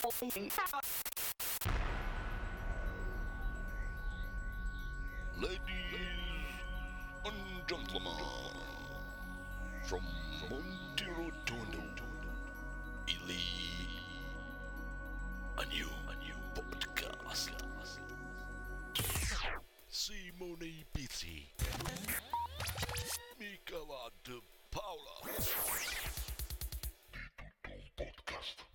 Ladies and gentlemen, from Monte Rotondo, Italy, a new podcast. Simone Pizzi, Michela De Paula. Podcast.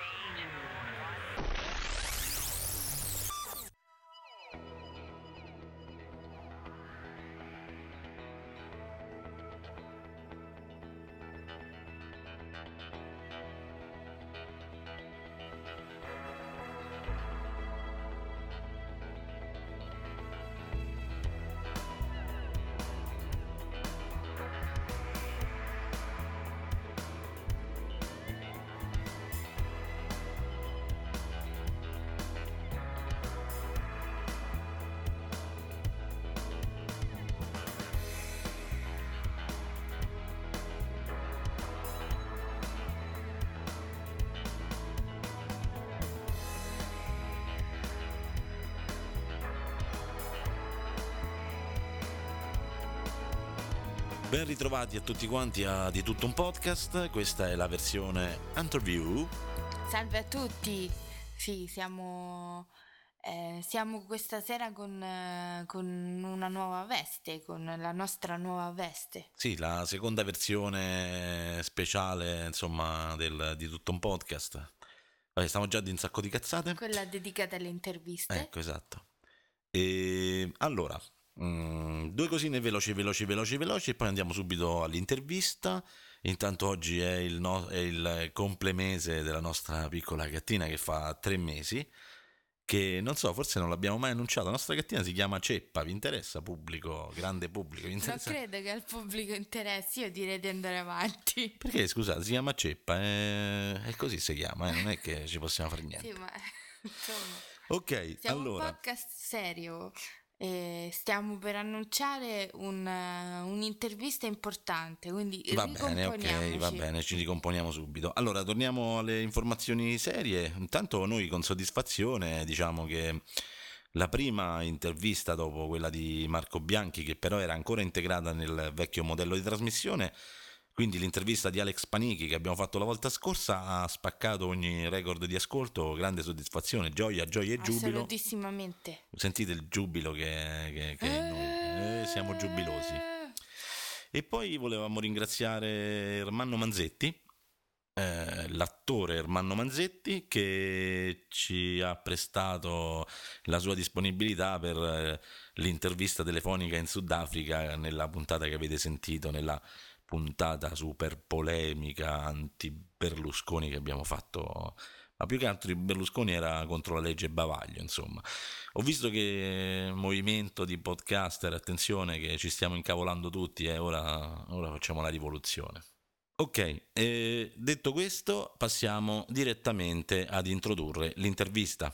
Ben ritrovati a tutti quanti a Di Tutto un Podcast, questa è la versione interview. Salve a tutti, sì, siamo questa sera con una nuova veste, con la nostra nuova veste. Sì, la seconda versione speciale, insomma, Di Tutto un Podcast. Vabbè, stiamo già di un sacco di cazzate. Quella dedicata alle interviste. Ecco, esatto. E allora, due cosine veloci e poi andiamo subito all'intervista. Intanto oggi è il complemese della nostra piccola gattina che fa 3 mesi, che non so, forse non l'abbiamo mai annunciato. La nostra gattina si chiama Ceppa. Vi interessa, pubblico, grande pubblico? Vi Non interessa? credo che al pubblico interessi, io direi di andare avanti. Perché, scusate, si chiama Ceppa, è così si chiama, non è che ci possiamo fare niente. Sì, ma insomma, Ok, siamo allora, un podcast serio. Stiamo per annunciare un'intervista importante, quindi va bene, ok, ricomponiamoci. va bene, ci ricomponiamo subito. Allora, torniamo alle informazioni serie. Intanto noi con soddisfazione diciamo che la prima intervista dopo quella di Marco Bianchi, che però era ancora integrata nel vecchio modello di trasmissione, quindi l'intervista di Alex Panichi che abbiamo fatto la volta scorsa, ha spaccato ogni record di ascolto, grande soddisfazione, gioia e giubilo. Assolutissimamente. Sentite il giubilo che noi siamo giubilosi. E poi volevamo ringraziare Ermanno Manzetti, l'attore Ermanno Manzetti, che ci ha prestato la sua disponibilità per l'intervista telefonica in Sudafrica nella puntata che avete sentito, nella puntata super polemica anti-Berlusconi che abbiamo fatto, ma più che altro di Berlusconi era contro la legge Bavaglio, insomma. Ho visto che movimento di podcaster, attenzione che ci stiamo incavolando tutti e ora facciamo la rivoluzione. Ok, detto questo passiamo direttamente ad introdurre l'intervista.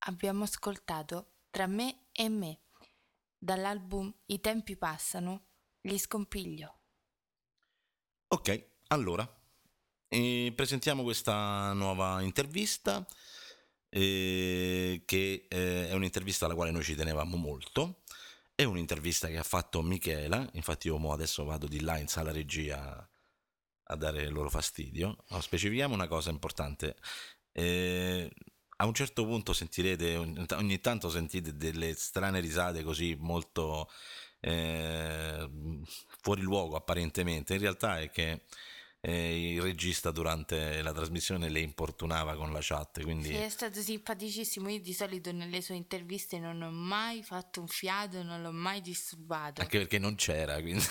abbiamo ascoltato Tra me e me, dall'album I tempi passano, gli Scompiglio. Ok, allora, presentiamo questa nuova intervista, che è un'intervista alla quale noi ci tenevamo molto. È un'intervista che ha fatto Michela, infatti io adesso vado di là in sala regia a dare loro fastidio. No, specifichiamo una cosa importante. A un certo punto sentirete, ogni tanto sentite delle strane risate così molto eh, fuori luogo apparentemente. In realtà è che il regista durante la trasmissione le importunava con la chat, Sì, quindi è stato simpaticissimo. Io di solito nelle sue interviste non ho mai fatto un fiato, non l'ho mai disturbato. anche perché non c'era, quindi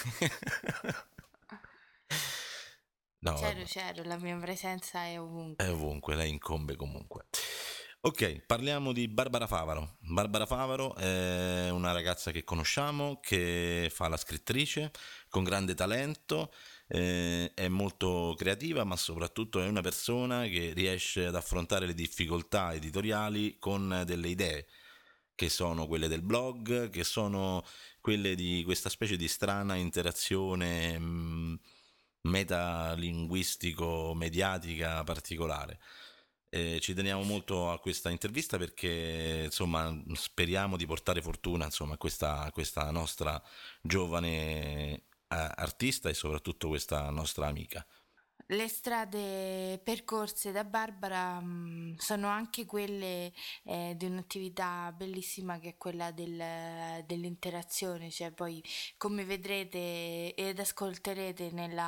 no, vabbè. C'ero, la mia presenza è È ovunque. ovunque, lei incombe comunque. Ok, parliamo di Barbara Favaro. Barbara Favaro è una ragazza che conosciamo, che fa la scrittrice con grande talento, è molto creativa, ma soprattutto è una persona che riesce ad affrontare le difficoltà editoriali con delle idee, che sono quelle del blog, che sono quelle di questa specie di strana interazione metalinguistico-mediatica particolare. Ci teniamo molto a questa intervista perché insomma speriamo di portare fortuna insomma, a questa nostra giovane artista e soprattutto questa nostra amica. Le strade percorse da Barbara sono anche quelle di un'attività bellissima che è quella dell'interazione, cioè poi come vedrete ed ascolterete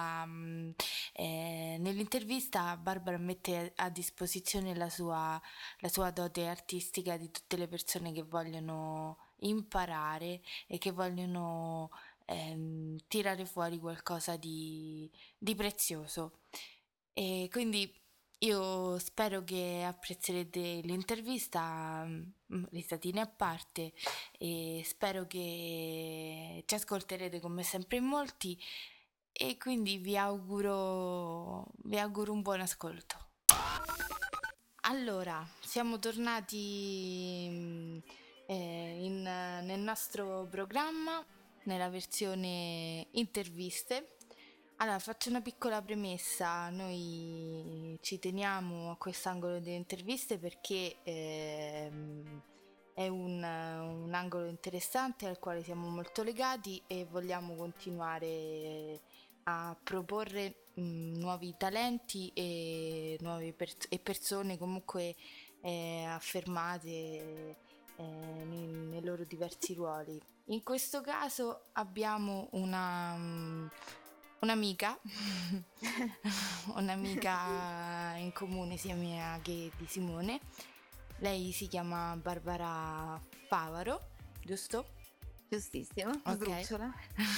nell'intervista, Barbara mette a disposizione la sua dote artistica di tutte le persone che vogliono imparare e che vogliono tirare fuori qualcosa di prezioso. E quindi io spero che apprezzerete l'intervista, risatina a parte, e spero che ci ascolterete come sempre in molti e quindi vi auguro un buon ascolto. Allora, siamo tornati nel nostro programma, nella versione interviste. Allora, faccio una piccola premessa, noi ci teniamo a quest'angolo delle interviste perché è un angolo interessante al quale siamo molto legati e vogliamo continuare a proporre nuovi talenti e nuove e persone comunque affermate nei loro diversi ruoli. In questo caso abbiamo un'amica, un'amica in comune sia mia che di Simone. Lei si chiama Barbara Favaro, giusto? Giustissimo, Ok. sdrucciola.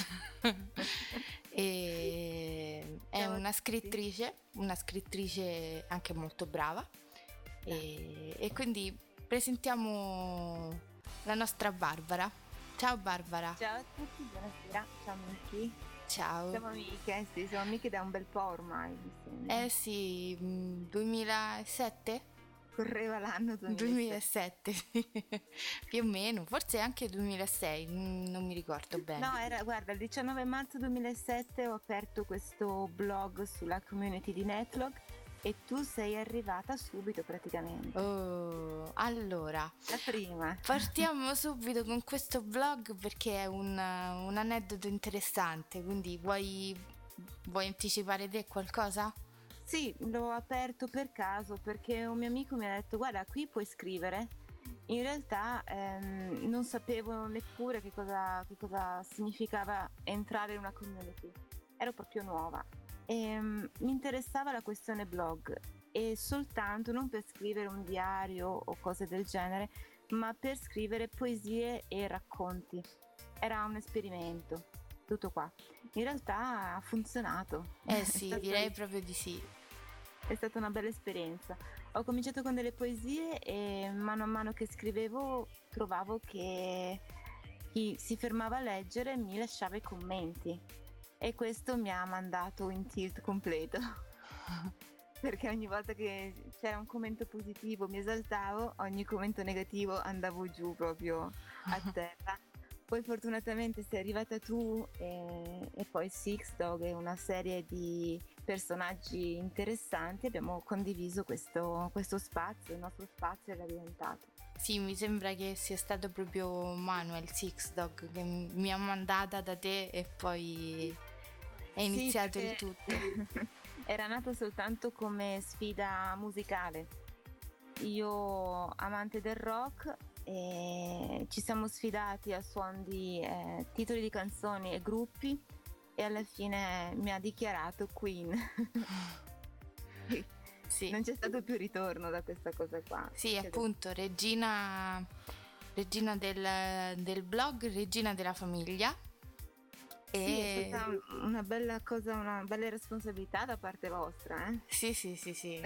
E è una scrittrice anche molto brava e quindi presentiamo la nostra Barbara. Ciao Barbara. Ciao a tutti, buonasera, ciao amici. Ciao. Siamo amiche, sì, siamo amiche da un bel po' ormai, mi sembra. Eh sì, 2007? Correva l'anno 2007, più o meno, forse anche 2006, non mi ricordo bene. No, guarda, il 19 marzo 2007 ho aperto questo blog sulla community di Netlog e tu sei arrivata subito praticamente. Oh, allora, La prima. partiamo subito con questo blog perché è un aneddoto interessante, quindi vuoi anticipare te qualcosa? Sì, l'ho aperto per caso perché un mio amico mi ha detto guarda, qui puoi scrivere. In realtà non sapevo neppure che cosa significava entrare in una community, ero proprio nuova e mi interessava la questione blog e soltanto non per scrivere un diario o cose del genere, ma per scrivere poesie e racconti. Era un esperimento, tutto qua. In realtà ha funzionato. Sì, direi proprio di sì. È stata una bella esperienza. Ho cominciato con delle poesie e mano a mano che scrivevo trovavo che chi si fermava a leggere mi lasciava i commenti e questo mi ha mandato in tilt completo. perché ogni volta che c'era un commento positivo mi esaltavo, ogni commento negativo andavo giù proprio a terra. Poi fortunatamente sei arrivata tu e poi Six Dog è una serie di personaggi interessanti, abbiamo condiviso questo spazio, il nostro spazio era diventato. Sì, mi sembra che sia stato proprio Manuel Six Dog che mi ha mandata da te e poi è iniziato il tutto. Era nato soltanto come sfida musicale. Io amante del rock e ci siamo sfidati a suon di titoli di canzoni e gruppi e alla fine mi ha dichiarato Queen. Sì. Non c'è stato più ritorno da questa cosa qua. Sì, appunto, regina del blog, regina della famiglia. Sì, è stata una bella cosa, una bella responsabilità da parte vostra, eh? Sì.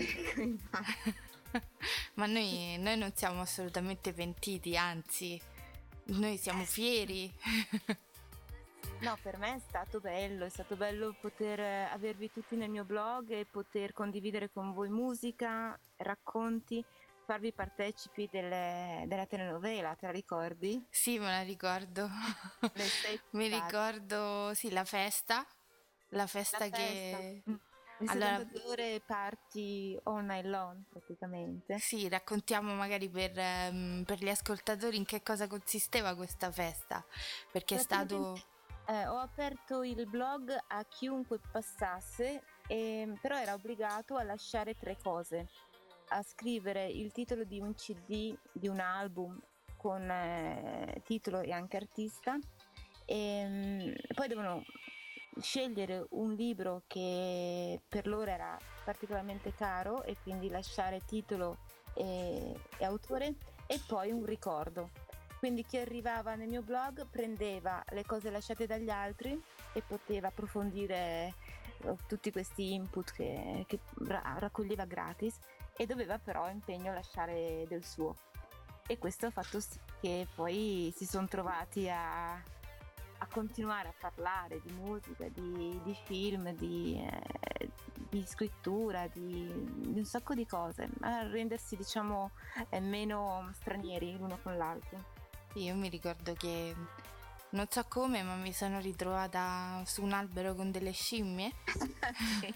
Ma noi non siamo assolutamente pentiti, anzi, noi siamo fieri. No, per me è stato bello poter avervi tutti nel mio blog e poter condividere con voi musica, racconti, farvi partecipi della telenovela, te la ricordi? Sì, me la ricordo. Mi ricordo, sì, la festa che... Le 72 ore party all night long praticamente. Sì, raccontiamo magari per gli ascoltatori in che cosa consisteva questa festa, perché è stato... ho aperto il blog a chiunque passasse, però era obbligato a lasciare 3 cose: a scrivere il titolo di un CD, di un album con titolo e anche artista, e poi devono scegliere un libro che per loro era particolarmente caro e quindi lasciare titolo e autore, e poi un ricordo. Quindi chi arrivava nel mio blog prendeva le cose lasciate dagli altri e poteva approfondire tutti questi input che raccoglieva gratis, e doveva però impegno lasciare del suo. E questo ha fatto sì che poi si sono trovati a continuare a parlare di musica, di film, di scrittura, di un sacco di cose, a rendersi, diciamo, meno stranieri l'uno con l'altro. Io mi ricordo che non so come, ma mi sono ritrovata su un albero con delle scimmie. Sì.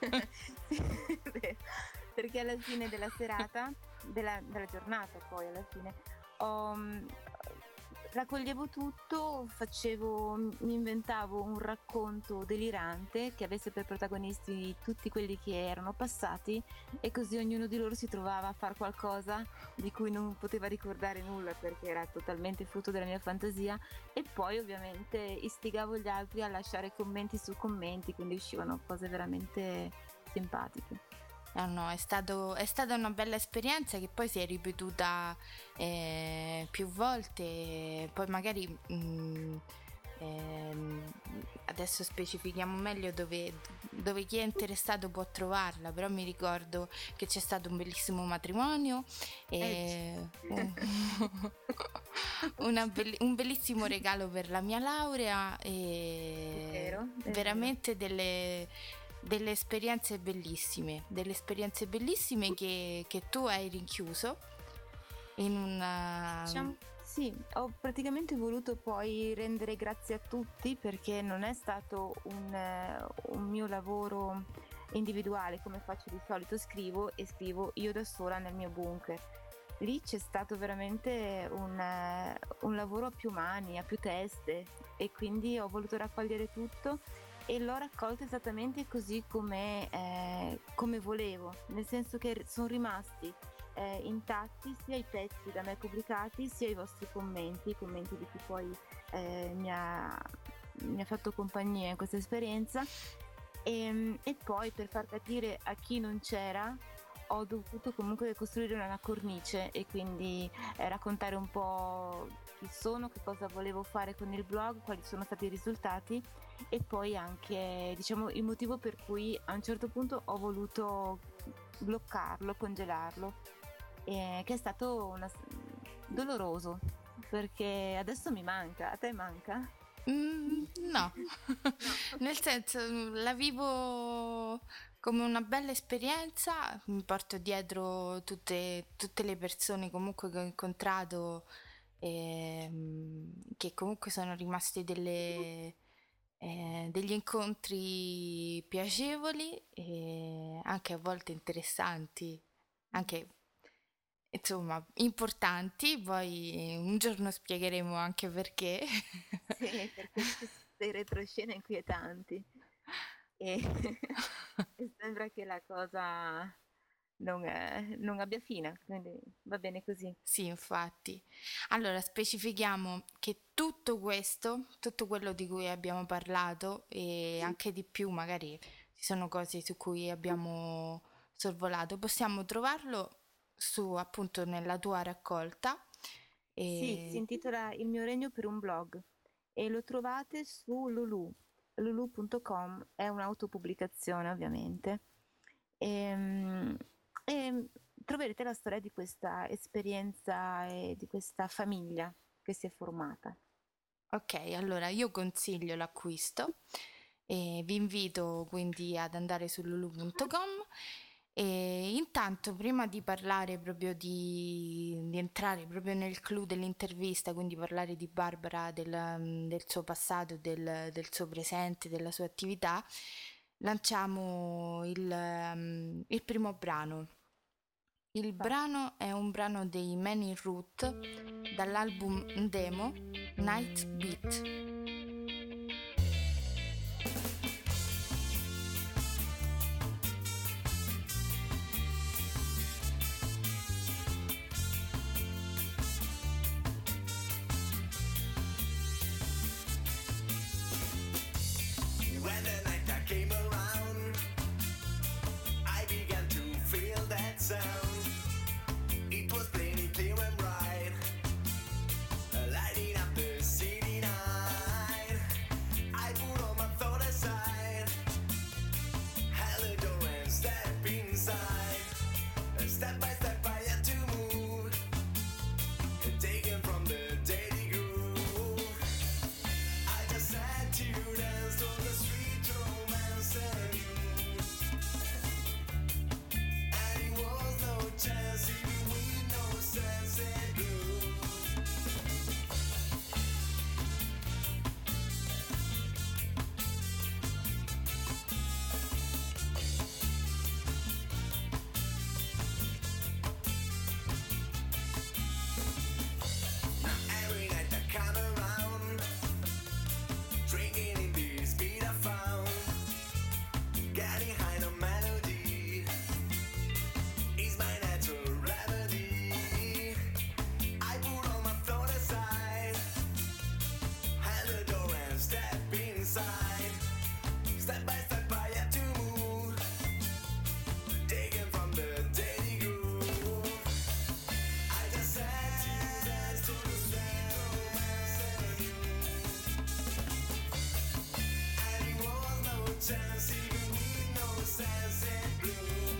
Perché alla fine della serata, della giornata, poi alla fine raccoglievo tutto, mi inventavo un racconto delirante che avesse per protagonisti tutti quelli che erano passati, e così ognuno di loro si trovava a fare qualcosa di cui non poteva ricordare nulla perché era totalmente frutto della mia fantasia, e poi ovviamente istigavo gli altri a lasciare commenti su commenti, quindi uscivano cose veramente simpatiche. No, è stata una bella esperienza che poi si è ripetuta più volte. Poi magari adesso specifichiamo meglio dove chi è interessato può trovarla, però mi ricordo che c'è stato un bellissimo matrimonio e un bellissimo regalo per la mia laurea e È vero. veramente delle esperienze bellissime che tu hai rinchiuso in una... Diciamo, sì, ho praticamente voluto poi rendere grazie a tutti, perché non è stato un mio lavoro individuale come faccio di solito, scrivo io da sola nel mio bunker. Lì c'è stato veramente un lavoro a più mani, a più teste, e quindi ho voluto raccogliere tutto e l'ho raccolto esattamente così come volevo, nel senso che sono rimasti intatti sia i pezzi da me pubblicati sia i vostri commenti, i commenti di chi poi mi ha fatto compagnia in questa esperienza, e poi per far capire a chi non c'era ho dovuto comunque costruire una cornice e quindi raccontare un po' chi sono, che cosa volevo fare con il blog, quali sono stati i risultati, e poi anche, diciamo, il motivo per cui a un certo punto ho voluto bloccarlo, congelarlo, che è stato doloroso, perché adesso mi manca. A te manca? No, nel senso la vivo come una bella esperienza. Mi porto dietro tutte le persone comunque che ho incontrato, che comunque sono rimaste degli incontri piacevoli e anche a volte interessanti, anche insomma importanti. Poi un giorno spiegheremo anche perché. Sì, perché queste retroscene inquietanti. E, e sembra che la cosa non abbia fine, quindi va bene così. Sì, infatti. Allora, specifichiamo che tutto questo, tutto quello di cui abbiamo parlato e anche di più, magari ci sono cose su cui abbiamo sorvolato, possiamo trovarlo su appunto nella tua raccolta. Sì, si intitola Il mio regno per un blog e lo trovate su lulu.com, è un'autopubblicazione ovviamente. E troverete la storia di questa esperienza e di questa famiglia che si è formata. Ok, allora io consiglio l'acquisto e vi invito quindi ad andare su lulu.com. E intanto, prima di parlare proprio di entrare proprio nel clou dell'intervista, quindi parlare di Barbara, del suo passato, del suo presente, della sua attività, lanciamo il primo brano. Il brano è un brano dei Men in Route dall'album demo Night Beat. When the night came around, I began to feel that sound. It was plain, clear and bright, lighting up the city night. I put all my thought aside, held the door and stepped inside. Step by step I had to move, taken from the daily groove. I just had to dance on the street romance and it was no chance even with no sunset blue. Now every night I come around, drinking in the speed I found, getting high on melody is my natural remedy. I put all my thought aside, held the door and step inside. Step by step I had to move, taken from the daily groove. I just had to dance to the sweet romance and it was no chance even with no sunset blue.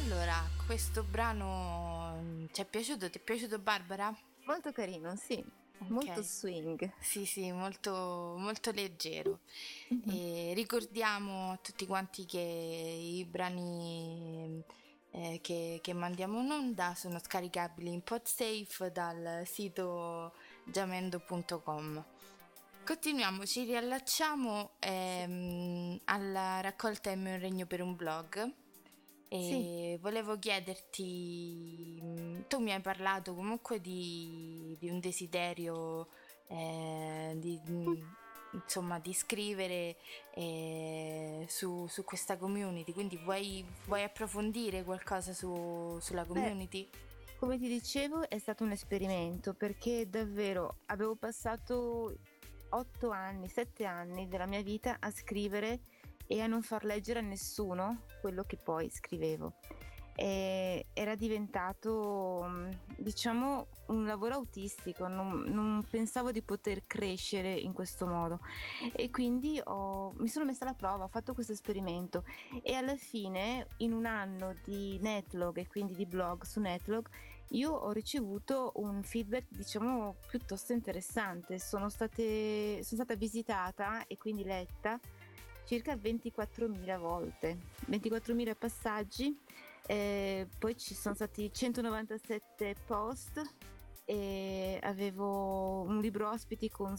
Allora, questo brano ci è piaciuto? Ti è piaciuto, Barbara? Molto carino, sì, molto Ok. swing. Sì, molto, molto leggero. Mhm. E ricordiamo a tutti quanti che i brani che mandiamo in onda sono scaricabili in Podsafe dal sito jamendo.com. Continuiamo, ci riallacciamo alla raccolta Il mio regno per un blog. Sì. E volevo chiederti, tu mi hai parlato comunque di un desiderio insomma, di scrivere su questa community, quindi vuoi approfondire qualcosa sulla Beh, community? come ti dicevo, è stato un esperimento perché davvero avevo passato 7 anni della mia vita a scrivere e a non far leggere a nessuno quello che poi scrivevo. E era diventato, diciamo, un lavoro autistico, non pensavo di poter crescere in questo modo e quindi mi sono messa alla prova, ho fatto questo esperimento e alla fine, in un anno di netlog e quindi di blog su netlog, io ho ricevuto un feedback, diciamo, piuttosto interessante. Sono stata visitata e quindi letta circa 24.000 volte, 24.000 passaggi, poi ci sono stati 197 post e avevo un libro ospiti con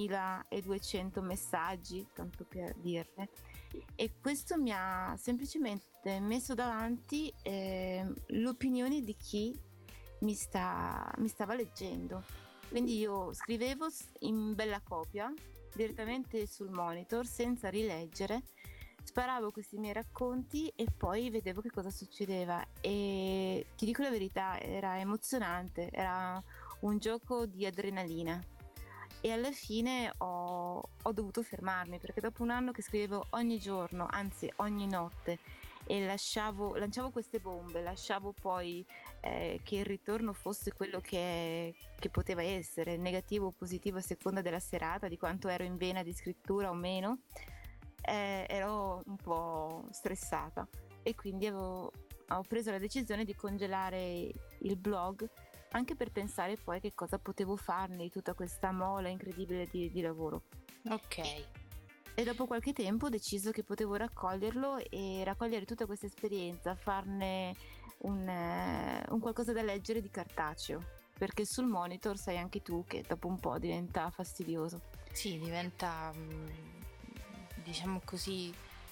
6.200 messaggi, tanto per dirne. E questo mi ha semplicemente messo davanti l'opinione di chi mi stava leggendo. Quindi io scrivevo in bella copia direttamente sul monitor senza rileggere, sparavo questi miei racconti e poi vedevo che cosa succedeva e ti dico la verità, era emozionante, era un gioco di adrenalina e alla fine ho dovuto fermarmi perché dopo un anno che scrivevo ogni giorno, anzi ogni notte e lanciavo queste bombe, lasciavo poi che il ritorno fosse quello che poteva essere, negativo o positivo a seconda della serata, di quanto ero in vena di scrittura o meno, ero un po' stressata e quindi ho preso la decisione di congelare il blog anche per pensare poi che cosa potevo farne di tutta questa mole incredibile di lavoro. Ok. E dopo qualche tempo ho deciso che potevo raccoglierlo e raccogliere tutta questa esperienza, farne un qualcosa da leggere di cartaceo, perché sul monitor sai anche tu che dopo un po' diventa fastidioso. Sì, diventa, diciamo così,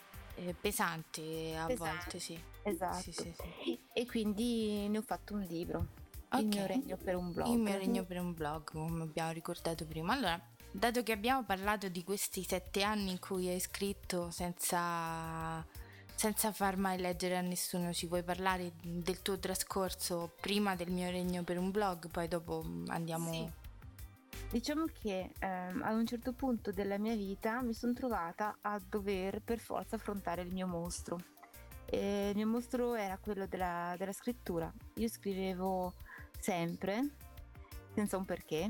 pesante a volte, sì. Esatto. Sì. E quindi ne ho fatto un libro, Il mio regno per un blog. Il mio regno per un blog, come abbiamo ricordato prima. Allora, dato che abbiamo parlato di questi 7 anni in cui hai scritto senza far mai leggere a nessuno, ci vuoi parlare del tuo trascorso prima del mio regno per un blog, poi dopo andiamo... Sì. Diciamo che ad un certo punto della mia vita mi sono trovata a dover per forza affrontare il mio mostro. E il mio mostro era quello della scrittura. Io scrivevo sempre, senza un perché,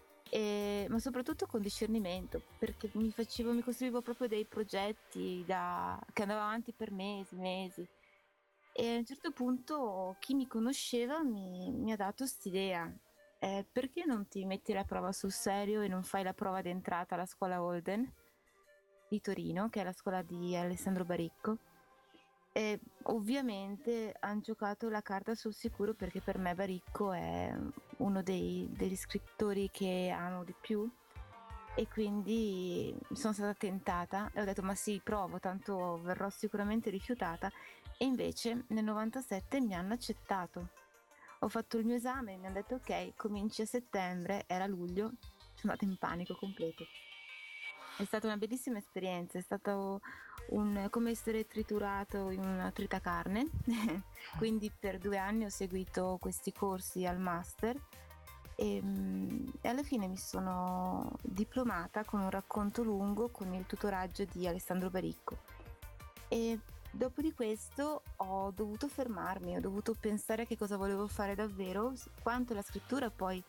ma soprattutto con discernimento, perché mi costruivo proprio dei progetti che andavano avanti per mesi. E a un certo punto chi mi conosceva mi ha dato quest'idea. Perché non ti metti la prova sul serio e non fai la prova d'entrata alla scuola Holden di Torino, che è la scuola di Alessandro Baricco? E ovviamente hanno giocato la carta sul sicuro perché per me Baricco è uno degli scrittori che amo di più e quindi sono stata tentata e ho detto ma sì, provo, tanto verrò sicuramente rifiutata e invece nel 97 mi hanno accettato. Ho fatto il mio esame, mi hanno detto ok, cominci a settembre, era luglio, sono andata in panico completo. È stata una bellissima esperienza, è stato come essere triturato in una tritacarne, quindi per 2 anni ho seguito questi corsi al master e alla fine mi sono diplomata con un racconto lungo con il tutoraggio di Alessandro Baricco e dopo di questo ho dovuto fermarmi, ho dovuto pensare a che cosa volevo fare davvero, quanto la scrittura poi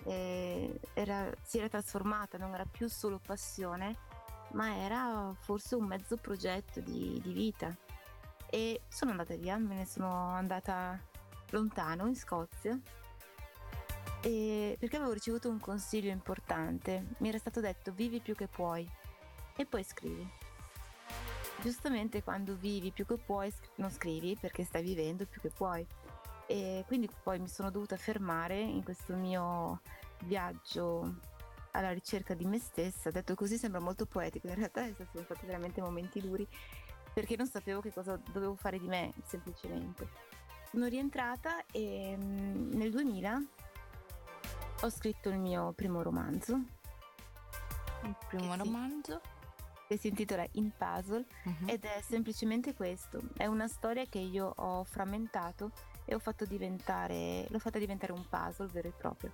si era trasformata, non era più solo passione, ma era forse un mezzo progetto di vita. e sono andata via, me ne sono andata lontano in Scozia, perché avevo ricevuto un consiglio importante. Mi era stato detto: vivi più che puoi e poi scrivi. Giustamente, quando vivi più che puoi non scrivi, perché stai vivendo più che puoi. E quindi poi mi sono dovuta fermare in questo mio viaggio alla ricerca di me stessa. Detto così sembra molto poetico, in realtà sono stati veramente momenti duri, perché non sapevo che cosa dovevo fare di me, semplicemente. Sono rientrata e nel 2000 ho scritto il mio primo romanzo, Il primo romanzo. che si intitola In Puzzle, ed è semplicemente questo. È una storia che io ho frammentato e l'ho fatta diventare un puzzle vero e proprio.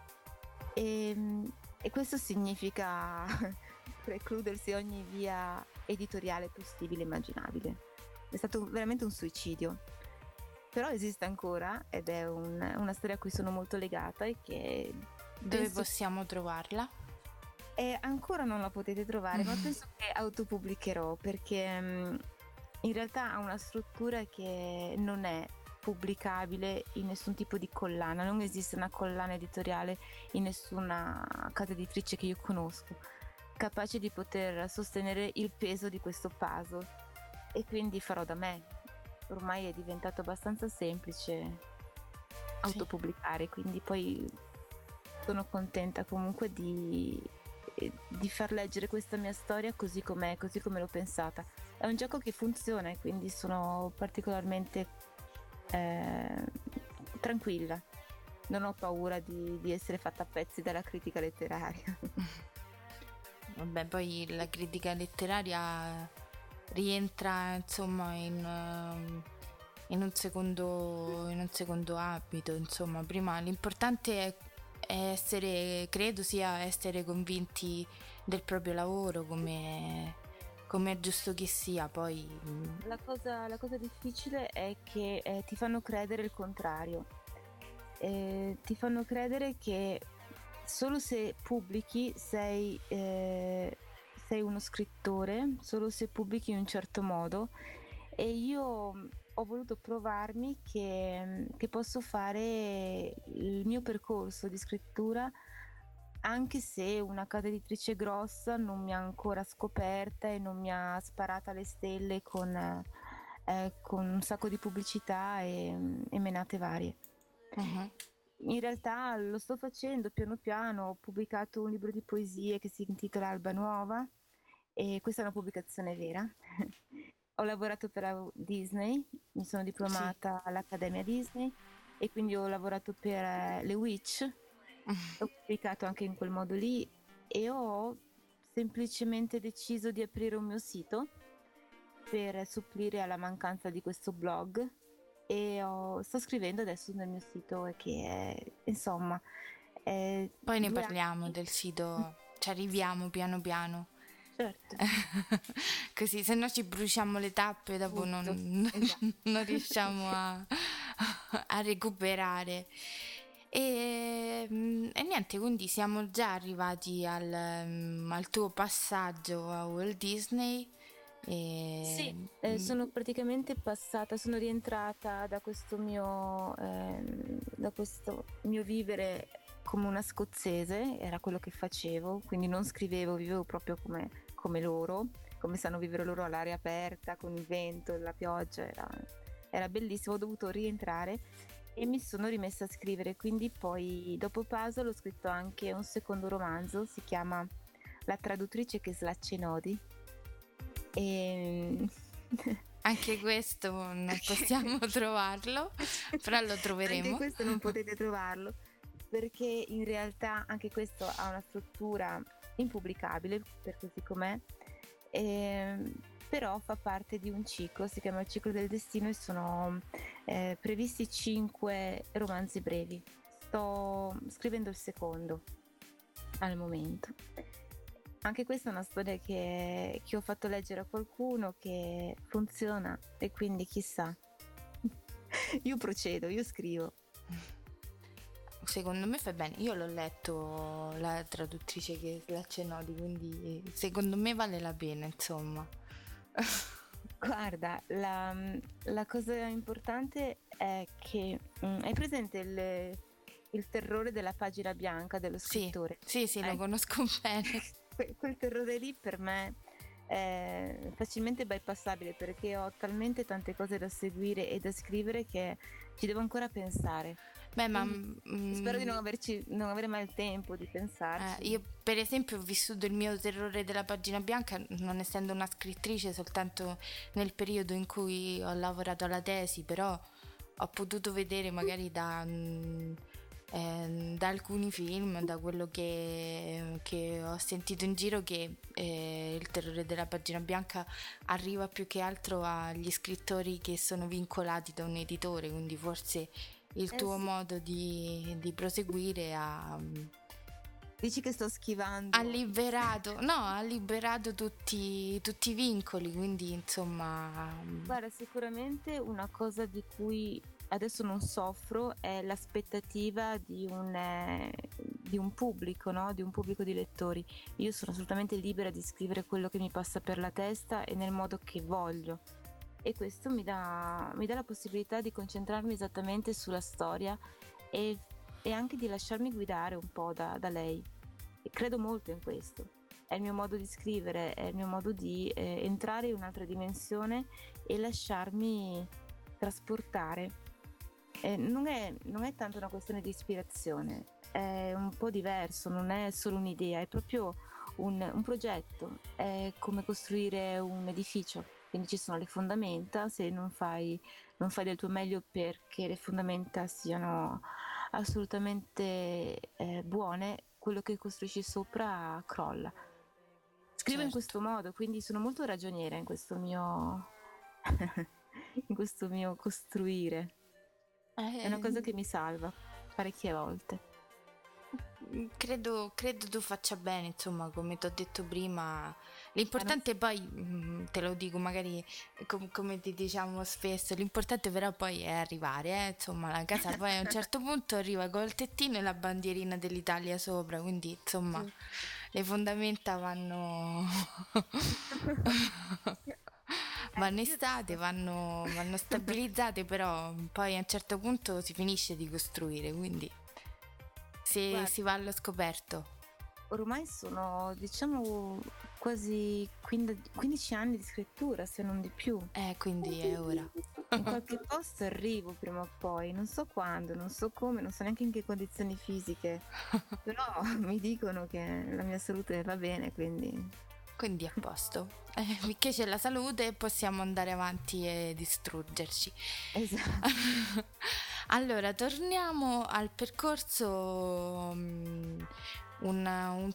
E questo significa precludersi ogni via editoriale possibile e immaginabile. È stato veramente un suicidio. Però esiste ancora ed è una storia a cui sono molto legata e che Dove penso possiamo trovarla? e ancora non la potete trovare, ma penso che autopubblicherò, perché in realtà ha una struttura che non è pubblicabile in nessun tipo di collana. Non esiste una collana editoriale in nessuna casa editrice che io conosco capace di poter sostenere il peso di questo puzzle, e quindi farò da me. Ormai è diventato abbastanza semplice autopubblicare, quindi poi sono contenta comunque di far leggere questa mia storia così com'è, così come l'ho pensata. È un gioco che funziona e quindi sono particolarmente tranquilla. Non ho paura di essere fatta a pezzi dalla critica letteraria. Vabbè, poi la critica letteraria rientra insomma in un secondo ambito, insomma. Prima l'importante è essere, credo sia essere convinti del proprio lavoro, come è giusto che sia. Poi La cosa difficile è che ti fanno credere il contrario. Ti fanno credere che solo se pubblichi sei uno scrittore, solo se pubblichi in un certo modo, e io ho voluto provarmi che posso fare il mio percorso di scrittura anche se una casa editrice grossa non mi ha ancora scoperta e non mi ha sparata alle stelle con un sacco di pubblicità e menate varie. In realtà lo sto facendo piano piano. Ho pubblicato un libro di poesie che si intitola Alba Nuova, e questa è una pubblicazione vera. Ho lavorato per la Disney, mi sono diplomata all'Accademia Disney, e quindi ho lavorato per le Witch. Ho pubblicato anche in quel modo lì, e ho semplicemente deciso di aprire un mio sito per supplire alla mancanza di questo blog, e sto scrivendo adesso nel mio sito, che è, insomma, poi ne parliamo del sito, ci arriviamo piano piano. Certo. Così, se no ci bruciamo le tappe, dopo non riusciamo a recuperare. E niente, quindi siamo già arrivati al tuo passaggio a Walt Disney. Sì, sono praticamente passata, sono rientrata da questo mio vivere come una scozzese. Era quello che facevo, quindi non scrivevo, vivevo proprio come loro, come sanno vivere loro, all'aria aperta, con il vento, la pioggia. Era bellissimo. Ho dovuto rientrare e mi sono rimessa a scrivere, quindi poi dopo Puzzle ho scritto anche un secondo romanzo, si chiama La traduttrice che slaccia i nodi. Anche questo non possiamo trovarlo, però lo troveremo. Anche questo non potete trovarlo, perché in realtà anche questo ha una struttura impubblicabile per così com'è, però fa parte di un ciclo, si chiama il ciclo del destino, e sono previsti 5 romanzi brevi. Sto scrivendo il secondo al momento. Anche questa è una storia che ho fatto leggere a qualcuno, che funziona, e quindi chissà. Io procedo, io scrivo. Secondo me fa bene. Io l'ho letto, La traduttrice che slaccia i nodi, quindi secondo me vale la pena, insomma. Guarda, la cosa importante è che hai presente il terrore della pagina bianca dello Sì, scrittore? sì, lo conosco bene. Quel terrore lì per me è facilmente bypassabile perché ho talmente tante cose da seguire e da scrivere che ci devo ancora pensare. Beh, ma Quindi spero di non avere mai il tempo di pensarci. io per esempio ho vissuto il mio terrore della pagina bianca non essendo una scrittrice soltanto nel periodo in cui ho lavorato alla tesi, però ho potuto vedere magari da alcuni film, da quello che ho sentito in giro, che il terrore della pagina bianca arriva più che altro agli scrittori che sono vincolati da un editore, quindi forse il tuo Sì. modo di proseguire Dici che sto schivando. ha liberato tutti i vincoli, quindi insomma. Guarda, sicuramente una cosa di cui adesso non soffro è l'aspettativa di un pubblico, no? Di un pubblico di lettori. Io sono assolutamente libera di scrivere quello che mi passa per la testa e nel modo che voglio. E questo mi dà la possibilità di concentrarmi esattamente sulla storia e, e anche di lasciarmi guidare un po' da lei. E credo molto in questo. È il mio modo di scrivere, è il mio modo di entrare in un'altra dimensione e lasciarmi trasportare. Non è tanto una questione di ispirazione, è un po' diverso, non è solo un'idea, è proprio un progetto, è come costruire un edificio. Quindi ci sono le fondamenta, se non fai del tuo meglio perché le fondamenta siano assolutamente buone, quello che costruisci sopra crolla. Scrivo in Certo. questo modo, quindi sono molto ragioniera in questo mio in questo mio costruire. È una cosa che mi salva parecchie volte. Credo tu faccia bene, insomma, come ti ho detto prima. L'importante poi, te lo dico magari come ti diciamo spesso, l'importante però poi è arrivare, insomma, la casa poi a un certo punto arriva col tettino e la bandierina dell'Italia sopra, quindi insomma le fondamenta vanno vanno estate, vanno stabilizzate, però poi a un certo punto si finisce di costruire, quindi Guarda, si va allo scoperto. ormai sono, diciamo, quasi 15 anni di scrittura, se non di più. Quindi è ora. In qualche posto arrivo prima o poi, non so quando, non so come, non so neanche in che condizioni fisiche, però mi dicono che la mia salute va bene, quindi... Quindi a posto. Finché c'è la salute possiamo andare avanti e distruggerci. Esatto. Allora, torniamo al percorso. Un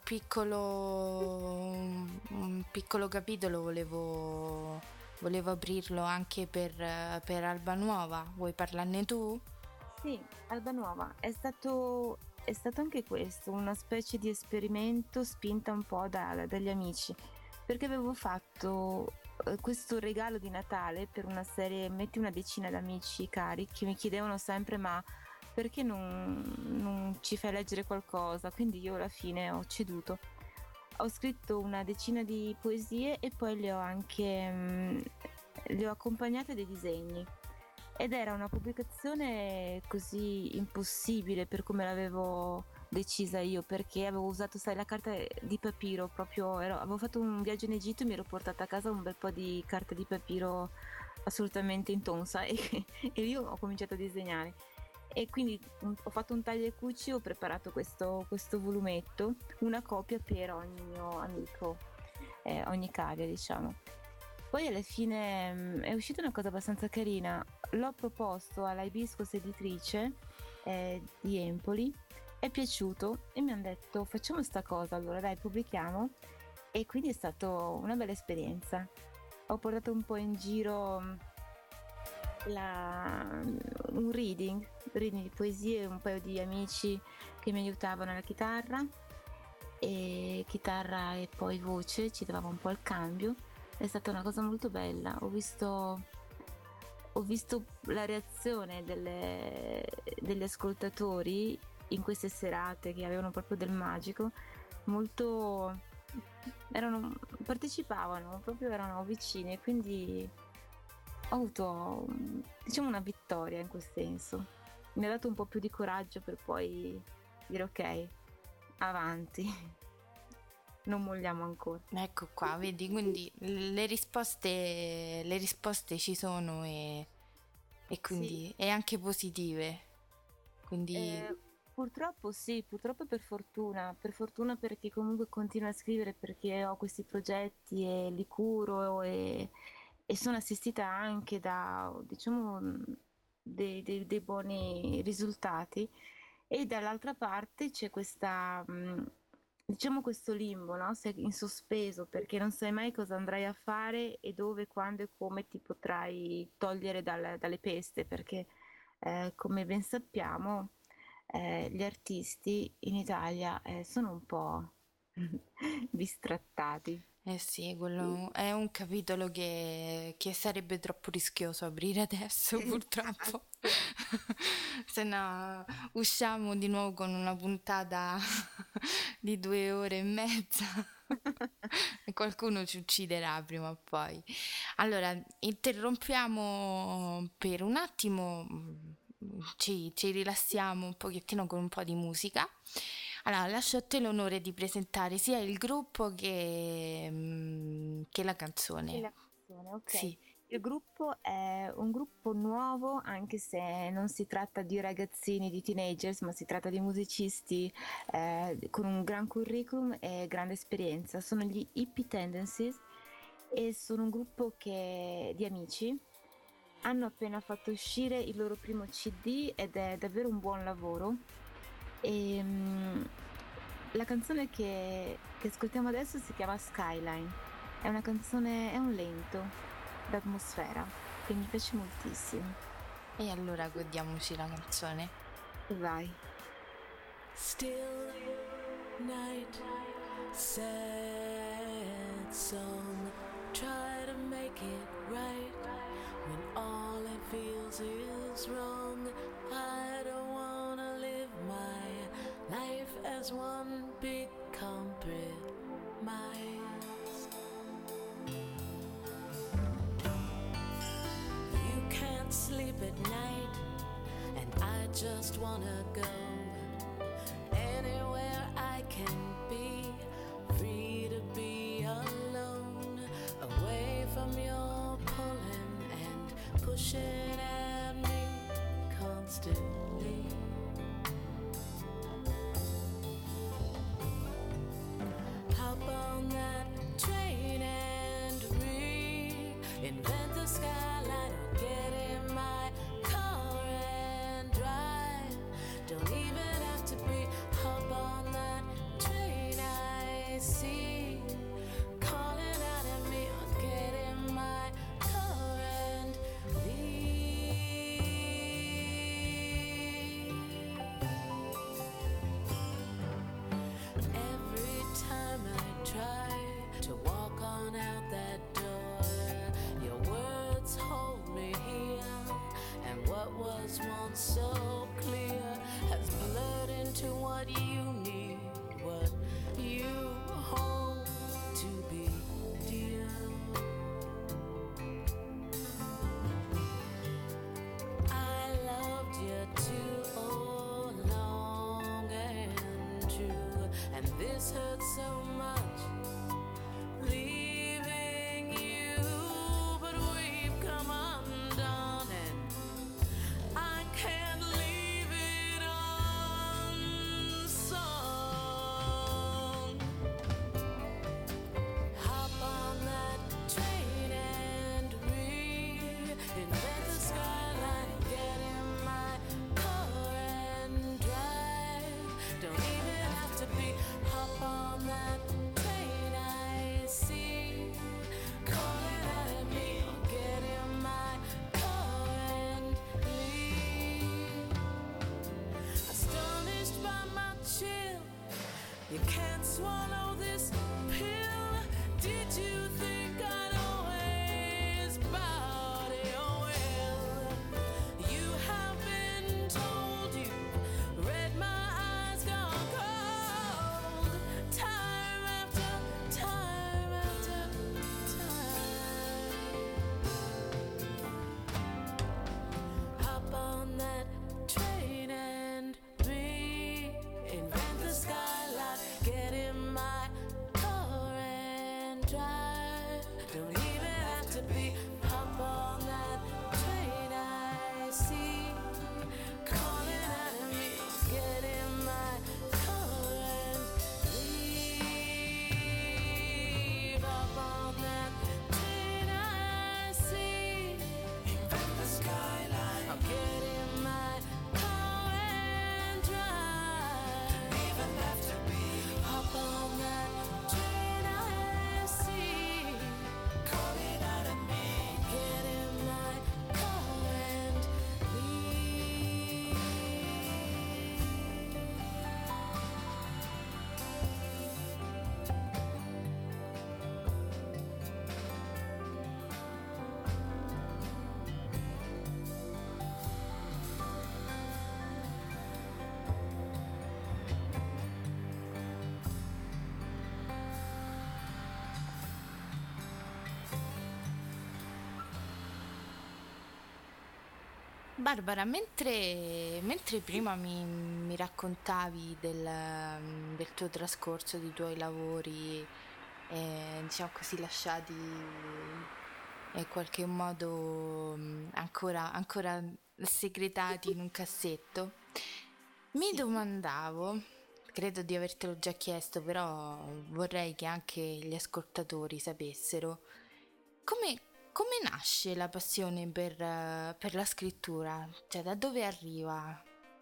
piccolo capitolo volevo aprirlo anche per Alba Nuova. Vuoi parlarne tu? Sì, Alba Nuova è stato anche questo, una specie di esperimento spinta un po' dagli amici, perché avevo fatto questo regalo di Natale per una serie, metti una decina di amici cari che mi chiedevano sempre ma perché non ci fai leggere qualcosa? Quindi io alla fine ho ceduto. Ho scritto una decina di poesie e poi le ho accompagnate dei disegni. Ed era una pubblicazione così impossibile per come l'avevo decisa io, perché avevo usato, sai, la carta di papiro, avevo fatto un viaggio in Egitto e mi ero portata a casa un bel po' di carta di papiro assolutamente intonsa e io ho cominciato a disegnare. E quindi ho fatto un taglio e cuci, ho preparato questo volumetto, una copia per ogni mio amico, ogni cavia, diciamo. Poi alla fine è uscita una cosa abbastanza carina. L'ho proposto alla Hibiscus editrice di Empoli, è piaciuto e mi hanno detto facciamo sta cosa, allora dai pubblichiamo, e quindi è stata una bella esperienza. Ho portato un po' in giro un reading di poesie, un paio di amici che mi aiutavano alla chitarra e poi voce, ci davamo un po' il cambio. È stata una cosa molto bella. Ho visto la reazione degli ascoltatori in queste serate che avevano proprio del magico, partecipavano, proprio erano vicini, quindi avuto, diciamo, una vittoria in quel senso. Mi ha dato un po' più di coraggio per poi dire ok, avanti, non molliamo ancora. Ecco qua, vedi, quindi le risposte ci sono e quindi Sì. e anche positive. Quindi Purtroppo sì, purtroppo per fortuna perché comunque continuo a scrivere perché ho questi progetti e li curo e sono assistita anche da, diciamo, dei buoni risultati e dall'altra parte c'è questa, diciamo questo limbo, no? Sei in sospeso perché non sai mai cosa andrai a fare e dove, quando e come ti potrai togliere dalle peste perché come ben sappiamo gli artisti in Italia sono un po' bistrattati. eh sì, quello è un capitolo che sarebbe troppo rischioso aprire adesso, purtroppo. Se no usciamo di nuovo con una puntata di 2 ore e mezza e qualcuno ci ucciderà prima o poi. Allora, interrompiamo per un attimo, ci rilassiamo un pochettino con un po' di musica. Allora, lascio a te l'onore di presentare sia il gruppo che la E canzone. la canzone, ok. Sì. Il gruppo è un gruppo nuovo, anche se non si tratta di ragazzini, di teenagers, ma si tratta di musicisti con un gran curriculum e grande esperienza. Sono gli Hippie Tendencies e sono un gruppo di amici. Hanno appena fatto uscire il loro primo CD ed è davvero un buon lavoro. E, la canzone che ascoltiamo adesso si chiama Skyline. È una canzone, è un lento d'atmosfera che mi piace moltissimo. E allora godiamoci la canzone. Vai. Still night, sad song. Try to make it right when all it feels is wrong. I don't wanna live my life as one big compromise. You can't sleep at night, and I just wanna go anywhere I can be, free to be alone, away from your pulling and pushing at me constantly. Hop on that train and reinvent the skyline, or get in my car and drive. Don't even have to be. Hop on that train I see calling out at me, or get in my car and leave. Every time I try to walk on out that door, your words hold me here, and what was once so clear has blurred into what you need, what you hold to be dear. I loved you too long and true, and this hurts so much, leaving you, but we've come undone, and I can't leave it unsung. Hop on that train and reinvent the skyline, and get in my car and drive. Don't even have to be. Hop on that train I see calling out at me, or get in my car and leave. Astonished by my chill, you can't swallow this pill. Did you think I'd always bow to your will? You have been told, you read my eyes gone cold, time after time after time. Barbara, mentre prima mi raccontavi del tuo trascorso, dei tuoi lavori, diciamo così, lasciati in qualche modo ancora segretati in un cassetto, mi Sì. domandavo, credo di avertelo già chiesto, però vorrei che anche gli ascoltatori sapessero, come, come nasce la passione per la scrittura? Cioè, da dove arriva?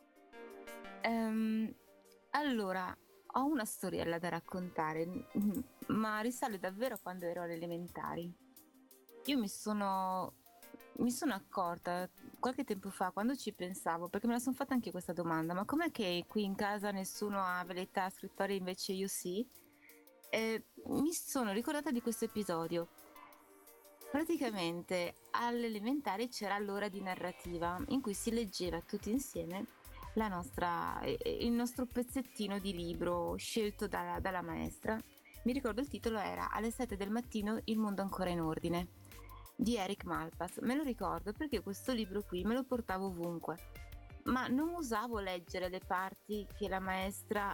Ehm, allora, ho una storiella da raccontare, ma risale davvero a quando ero alle elementari. Io mi sono accorta qualche tempo fa, quando ci pensavo, perché me la sono fatta anche questa domanda, ma com'è che qui in casa nessuno ha velleità scrittoria, invece io sì? Mi sono ricordata di questo episodio. Praticamente alle elementari c'era l'ora di narrativa in cui si leggeva tutti insieme il nostro pezzettino di libro scelto dalla maestra. Mi ricordo il titolo era Alle 7 del mattino il mondo ancora in ordine di Eric Malpass. Me lo ricordo perché questo libro qui me lo portavo ovunque, ma non usavo leggere le parti che la maestra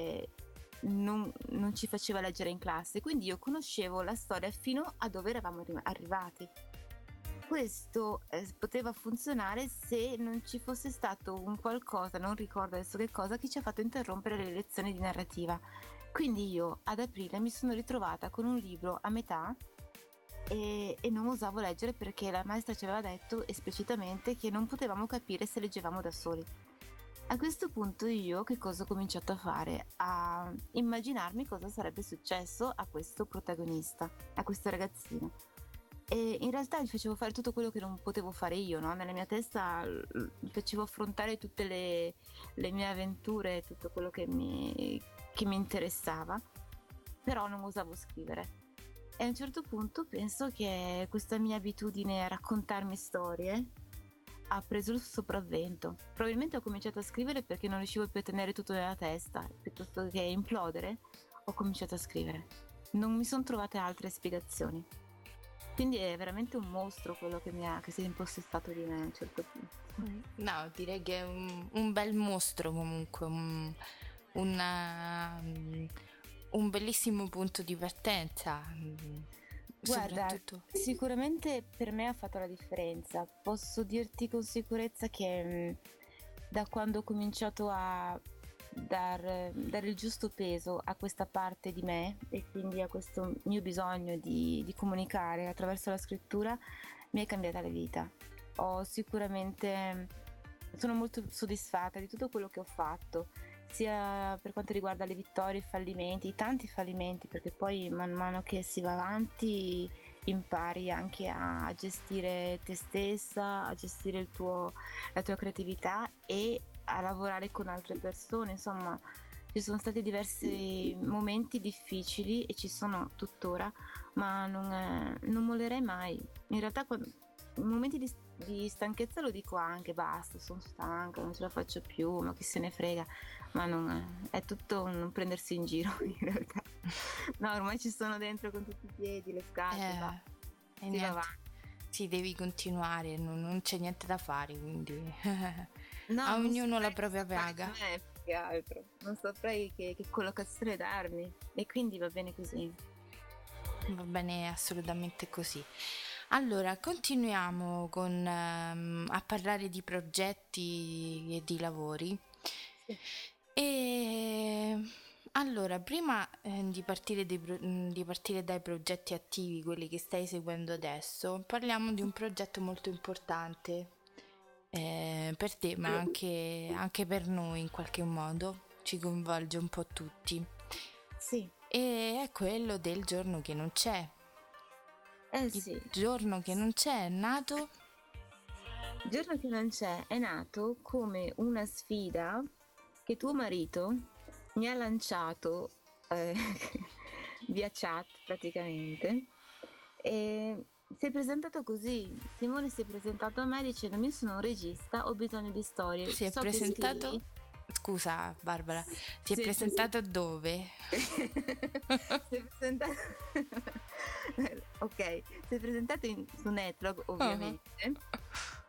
non ci faceva leggere in classe, quindi io conoscevo la storia fino a dove eravamo arrivati. Questo poteva funzionare se non ci fosse stato un qualcosa, non ricordo adesso che cosa, che ci ha fatto interrompere le lezioni di narrativa. Quindi io ad aprile mi sono ritrovata con un libro a metà e non osavo leggere perché la maestra ci aveva detto esplicitamente che non potevamo capire se leggevamo da soli. A questo punto io che cosa ho cominciato a fare? A immaginarmi cosa sarebbe successo a questo protagonista, a questo ragazzino. E in realtà gli facevo fare tutto quello che non potevo fare io, no? Nella mia testa gli facevo affrontare tutte le mie avventure, tutto quello che mi interessava, però non osavo scrivere. E a un certo punto penso che questa mia abitudine a raccontarmi storie ha preso il sopravvento. Probabilmente ho cominciato a scrivere perché non riuscivo più a tenere tutto nella testa, piuttosto che implodere, ho cominciato a scrivere. Non mi sono trovate altre spiegazioni. Quindi è veramente un mostro quello che si è impossessato di me a un certo punto. No, direi che è un bel mostro comunque, una- un bellissimo punto di partenza. Guarda, Soprattutto. sicuramente per me ha fatto la differenza. Posso dirti con sicurezza che da quando ho cominciato a dare il giusto peso a questa parte di me e quindi a questo mio bisogno di comunicare attraverso la scrittura, mi è cambiata la vita. Sono molto soddisfatta di tutto quello che ho fatto, sia per quanto riguarda le vittorie, i fallimenti, i tanti fallimenti, perché poi man mano che si va avanti impari anche a gestire te stessa, a gestire la tua creatività e a lavorare con altre persone. Insomma, ci sono stati diversi momenti difficili e ci sono tuttora, ma non mollerei mai. In realtà in momenti di stanchezza lo dico anche, basta, sono stanca, non ce la faccio più, ma chi se ne frega. Ma non è tutto un prendersi in giro in realtà. No, ormai ci sono dentro con tutti i piedi, le scarpe, va. E Si va niente, avanti. sì, devi continuare, non c'è niente da fare, quindi No, a non ognuno la saprei propria cosa fare paga. da me, più che altro. Non saprei che collocazione darmi. E quindi va bene così. Va bene assolutamente così. Allora, continuiamo a parlare di progetti e di lavori. Sì. E allora, prima di partire dai progetti attivi, quelli che stai seguendo adesso, parliamo di un progetto molto importante per te, ma anche per noi in qualche modo, ci coinvolge un po' tutti. Sì. E è quello del giorno che non c'è. Il Sì. giorno che non c'è è nato. Il giorno che non c'è è nato come una sfida che tuo marito mi ha lanciato via chat praticamente. E si è presentato così. Simone si è presentato a me dicendomi: io sono un regista, ho bisogno di storie. Si è So che presentato. scrivi. Scusa, Barbara, si è Sì, presentato dove? si è presentato. Ok, si è presentato su Netlog ovviamente.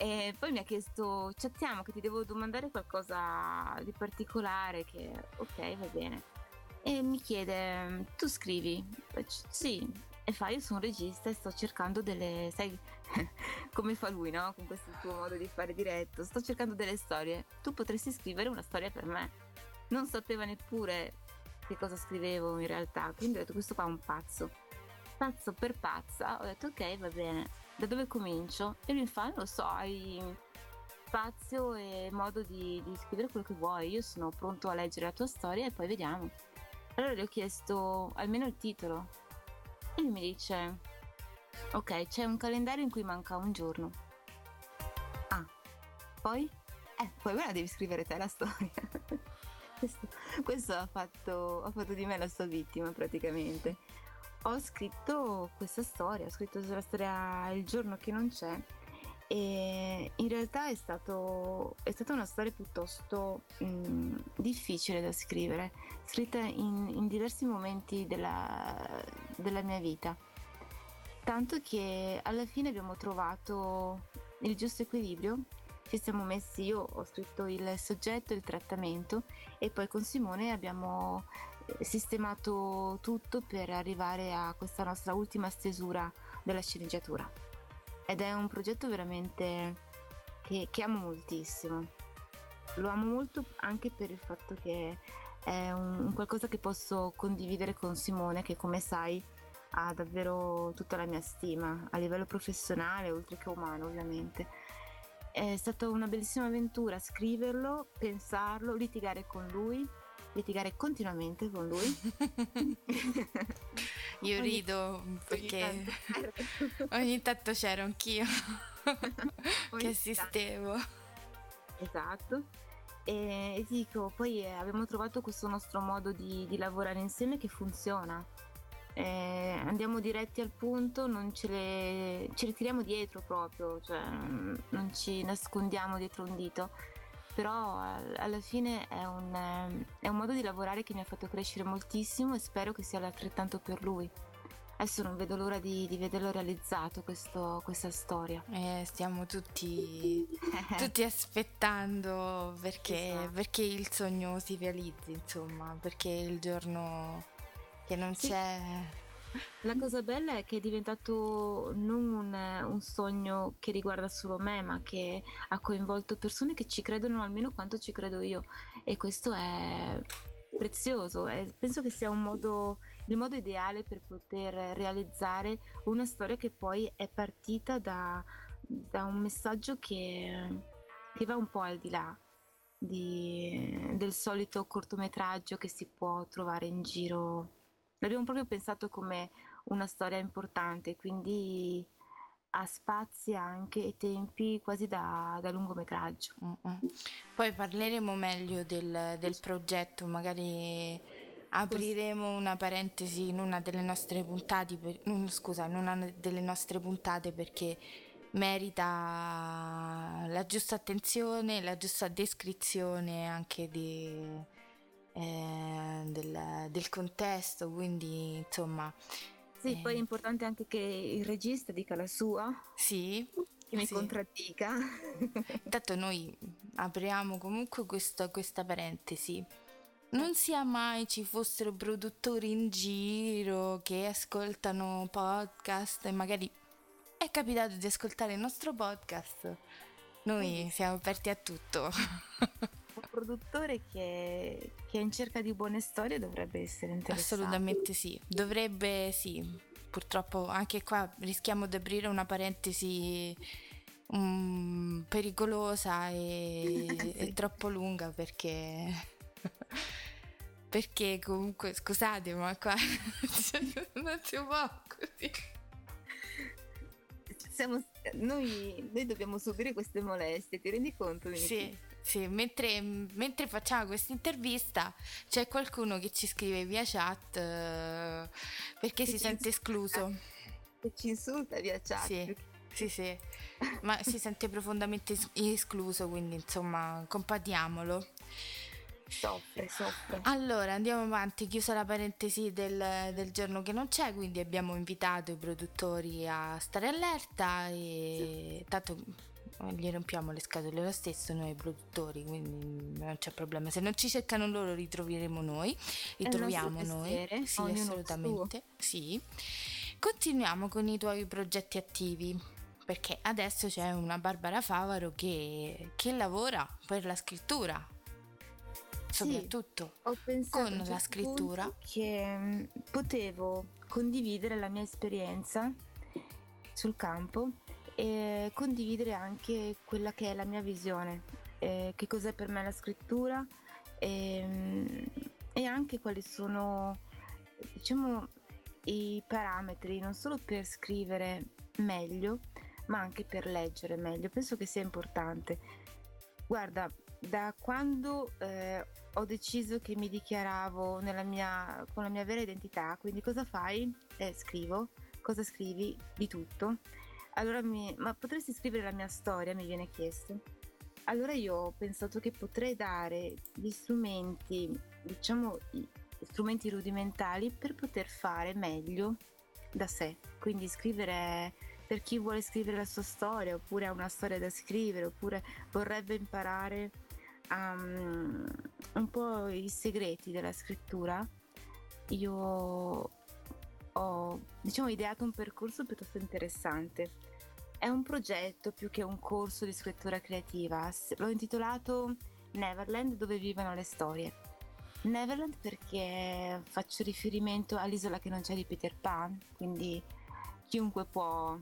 E poi mi ha chiesto, chattiamo che ti devo domandare qualcosa di particolare, che ok, va bene. E mi chiede, tu scrivi? Faccio, sì. E fa, io sono un regista e sto cercando delle, sai, come fa lui, no? Con questo tuo modo di fare diretto, sto cercando delle storie. Tu potresti scrivere una storia per me. Non sapeva neppure che cosa scrivevo in realtà, quindi ho detto, questo qua è un pazzo. Pazzo per pazza, ho detto ok, va bene, da dove comincio? E lui fa, non lo so, hai spazio e modo di scrivere quello che vuoi, io sono pronto a leggere la tua storia e poi vediamo. Allora gli ho chiesto almeno il titolo e lui mi dice, ok, c'è un calendario in cui manca un giorno. Ah, poi? Poi me la devi scrivere te la storia. Questo ha fatto di me la sua vittima praticamente. Ho scritto questa storia, ho scritto la storia Il giorno che non c'è e in realtà è stata una storia piuttosto difficile da scrivere, scritta in diversi momenti della mia vita, tanto che alla fine abbiamo trovato il giusto equilibrio. Ci siamo messi, io ho scritto il soggetto e il trattamento e poi con Simone abbiamo sistemato tutto per arrivare a questa nostra ultima stesura della sceneggiatura, ed è un progetto veramente che amo moltissimo. Lo amo molto anche per il fatto che è un qualcosa che posso condividere con Simone, che come sai ha davvero tutta la mia stima a livello professionale oltre che umano ovviamente. È stata una bellissima avventura scriverlo, pensarlo, litigare continuamente con lui. Io rido perché ogni tanto c'ero anch'io che assistevo. Esatto. E ti dico, poi abbiamo trovato questo nostro modo di lavorare insieme che funziona. Andiamo diretti al punto, non ci ritiriamo dietro proprio, cioè non ci nascondiamo dietro un dito. Però alla fine è un modo di lavorare che mi ha fatto crescere moltissimo e spero che sia altrettanto per lui. Adesso non vedo l'ora di vederlo realizzato questa storia. Stiamo tutti aspettando Esatto. perché il sogno si realizzi, insomma, perché il giorno che non Sì. c'è. La cosa bella è che è diventato non un sogno che riguarda solo me, ma che ha coinvolto persone che ci credono almeno quanto ci credo io, e questo è prezioso. Penso che sia il modo ideale per poter realizzare una storia che poi è partita da un messaggio che va un po' al di là del solito cortometraggio che si può trovare in giro. L'abbiamo proprio pensato come una storia importante, quindi ha spazi anche e tempi quasi da lungometraggio. Poi parleremo meglio del progetto, magari apriremo una parentesi in una delle nostre puntate, in una delle nostre puntate, perché merita la giusta attenzione, la giusta descrizione anche del contesto, quindi insomma Sì, poi è importante anche che il regista dica la sua, sì, che mi sì. contraddica. Intanto noi apriamo comunque questa parentesi. Non sia mai ci fossero produttori in giro che ascoltano podcast e magari è capitato di ascoltare il nostro podcast. Noi siamo aperti a tutto. Un produttore che è in cerca di buone storie dovrebbe essere interessato. Assolutamente sì, dovrebbe sì. Purtroppo anche qua rischiamo di aprire una parentesi pericolosa e troppo lunga, perché comunque scusate, ma qua non si può così. Noi dobbiamo subire queste molestie, ti rendi conto? Sì, mentre facciamo questa intervista c'è qualcuno che ci scrive via chat perché si sente escluso. Che ci insulta via chat. Sì, ma si sente profondamente escluso, quindi insomma compatiamolo. Soffre. Allora andiamo avanti, chiusa la parentesi del giorno che non c'è, quindi abbiamo invitato i produttori a stare allerta e tanto gli rompiamo le scatole lo stesso noi produttori, quindi non c'è problema. Se non ci cercano loro, ritroveremo noi, ritroviamo il nostro noi. mestiere, Sì, ognuno il assolutamente. Sì. Continuiamo con i tuoi progetti attivi, perché adesso c'è una Barbara Favaro che lavora per la scrittura, soprattutto Ho pensato con a un la certo scrittura. punto che potevo condividere la mia esperienza sul campo e condividere anche quella che è la mia visione, che cos'è per me la scrittura, e anche quali sono, diciamo, i parametri non solo per scrivere meglio, ma anche per leggere meglio. Penso che sia importante. Guarda, da quando ho deciso che mi dichiaravo con la mia vera identità, quindi cosa fai? Scrivo. Cosa scrivi? Di tutto. Allora ma potresti scrivere la mia storia? Mi viene chiesto. Allora io ho pensato che potrei dare gli strumenti, diciamo, strumenti rudimentali per poter fare meglio da sé. Quindi scrivere per chi vuole scrivere la sua storia, oppure ha una storia da scrivere, oppure vorrebbe imparare un po' i segreti della scrittura. Io ho, diciamo, ideato un percorso piuttosto interessante. È un progetto più che un corso di scrittura creativa. L'ho intitolato Neverland, dove vivono le storie. Neverland perché faccio riferimento all'isola che non c'è di Peter Pan, quindi chiunque può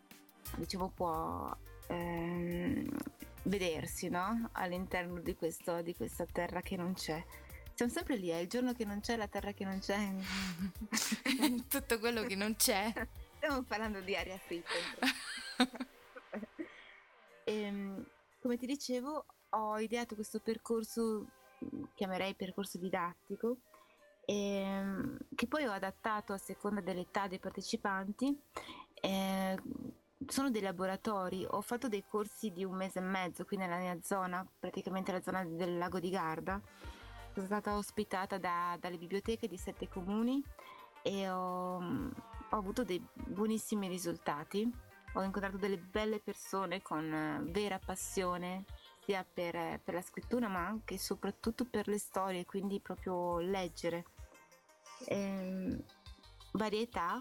vedersi, no? All'interno di questa terra che non c'è. Siamo sempre lì, è il giorno che non c'è, la terra che non c'è. Tutto quello che non c'è. Stiamo parlando di aria fritta. Come ti dicevo, ho ideato questo percorso, chiamerei percorso didattico, che poi ho adattato a seconda dell'età dei partecipanti. Sono dei laboratori, ho fatto dei corsi di 1 mese e mezzo qui nella mia zona, praticamente la zona del lago di Garda. Sono stata ospitata dalle biblioteche di 7 comuni e ho avuto dei buonissimi risultati. Ho incontrato delle belle persone con vera passione sia per la scrittura, ma anche e soprattutto per le storie, quindi proprio leggere. Varietà,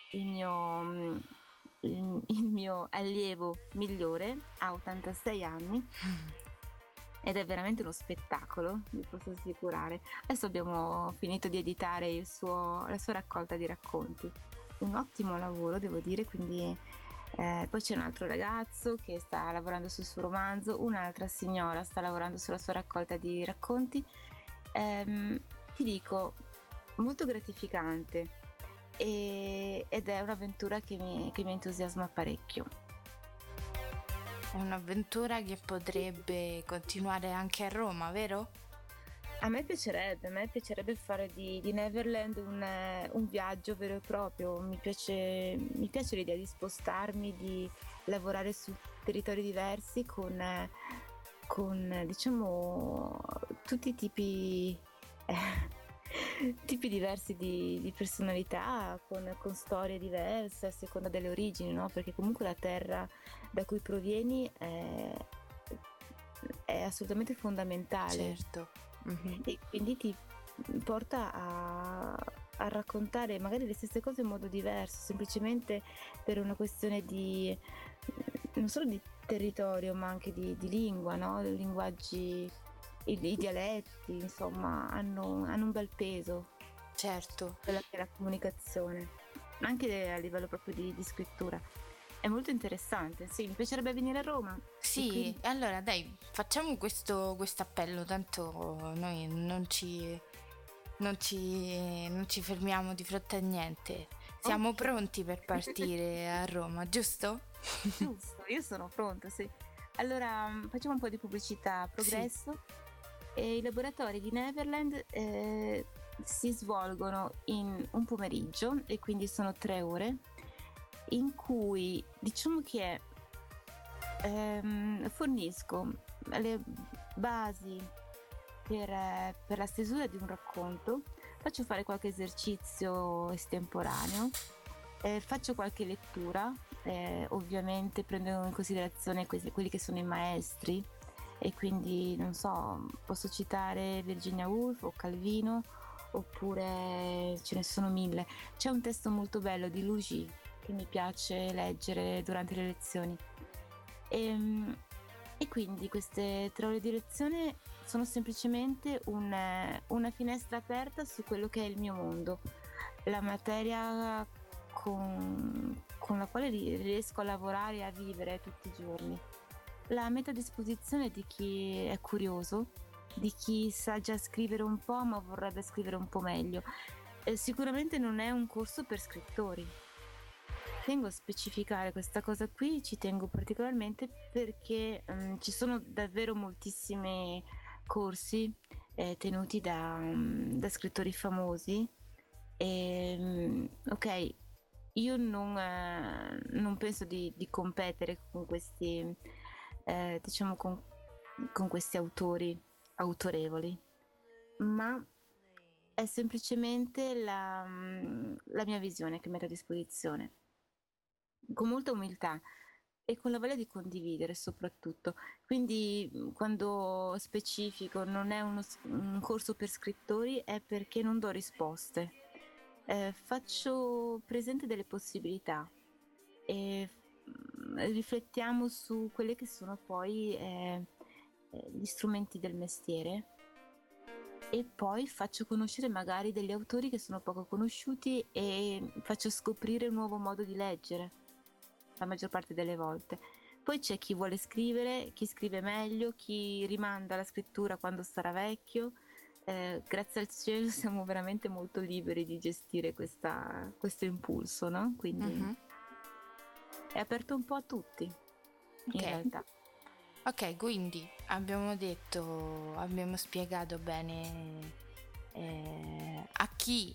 il mio allievo migliore ha 86 anni ed è veramente uno spettacolo, vi posso assicurare. Adesso abbiamo finito di editare la sua raccolta di racconti, un ottimo lavoro devo dire, quindi poi c'è un altro ragazzo che sta lavorando sul suo romanzo, un'altra signora sta lavorando sulla sua raccolta di racconti. Ti dico, molto gratificante ed è un'avventura che mi entusiasma parecchio. È un'avventura che potrebbe continuare anche a Roma, vero? A me piacerebbe fare di Neverland un viaggio vero e proprio. Mi piace l'idea di spostarmi, di lavorare su territori diversi con diciamo tutti i tipi diversi di personalità, con storie diverse a seconda delle origini, no? Perché comunque la terra da cui provieni è assolutamente fondamentale. Certo. Mm-hmm. E quindi ti porta a raccontare magari le stesse cose in modo diverso, semplicemente per una questione di non solo di territorio ma anche di lingua, no? I linguaggi, i dialetti, insomma, hanno un bel peso. Certo. Quella che è la comunicazione, anche a livello proprio di scrittura. È molto interessante, sì, mi piacerebbe venire a Roma. Sì, quindi... allora dai, facciamo questo appello, tanto noi non ci fermiamo di fronte a niente. Siamo pronti per partire a Roma, giusto? Giusto, io sono pronta, sì. Allora, facciamo un po' di pubblicità a progresso. Sì. E i laboratori di Neverland si svolgono in un pomeriggio e quindi sono 3 ore in cui diciamo che fornisco le basi per la stesura di un racconto, faccio fare qualche esercizio estemporaneo Faccio qualche lettura, ovviamente prendo in considerazione quelli che sono i maestri, e quindi non so, posso citare Virginia Woolf o Calvino, oppure ce ne sono mille. C'è un testo molto bello di Luigi che mi piace leggere durante le lezioni. E quindi queste 3 ore di lezione sono semplicemente una finestra aperta su quello che è il mio mondo, la materia con la quale riesco a lavorare e a vivere tutti i giorni. La metto a disposizione di chi è curioso, di chi sa già scrivere un po' ma vorrebbe scrivere un po' meglio. Sicuramente non è un corso per scrittori. Tengo a specificare questa cosa qui, ci tengo particolarmente perché ci sono davvero moltissimi corsi tenuti da scrittori famosi. Ok, io non penso di competere con questi, diciamo, con questi autori autorevoli, ma è semplicemente la mia visione che metto a disposizione, con molta umiltà e con la voglia di condividere soprattutto. Quindi quando specifico non è un corso per scrittori, è perché non do risposte. Faccio presente delle possibilità e riflettiamo su quelli che sono poi gli strumenti del mestiere, e poi faccio conoscere magari degli autori che sono poco conosciuti e faccio scoprire un nuovo modo di leggere la maggior parte delle volte. Poi c'è chi vuole scrivere, chi scrive meglio, chi rimanda la scrittura quando sarà vecchio. Grazie al cielo siamo veramente molto liberi di gestire questo impulso, no? Quindi è aperto un po' a tutti, in realtà. Ok, quindi abbiamo spiegato bene a chi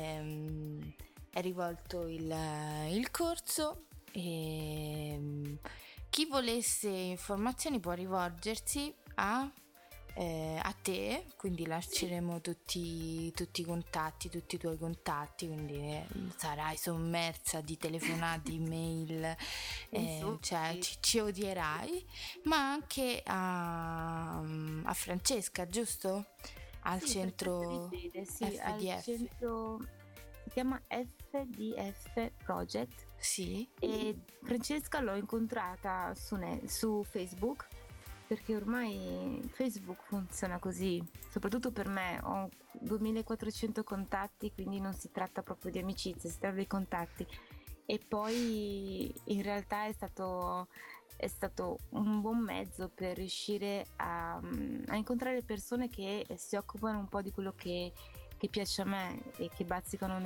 è rivolto il corso, e chi volesse informazioni può rivolgersi a te, quindi lasceremo tutti i contatti, tutti i tuoi contatti, quindi sarai sommersa di telefonate, email, cioè ci odierai, ma anche a Francesca, giusto? Al centro FDF. Al centro, si chiama FDF Project. Sì. E Francesca l'ho incontrata su Facebook, perché ormai Facebook funziona così, soprattutto per me. Ho 2400 contatti, quindi non si tratta proprio di amicizie, si tratta di contatti. E poi in realtà è stato un buon mezzo per riuscire a incontrare persone che si occupano un po' di quello che piace a me e che bazzicano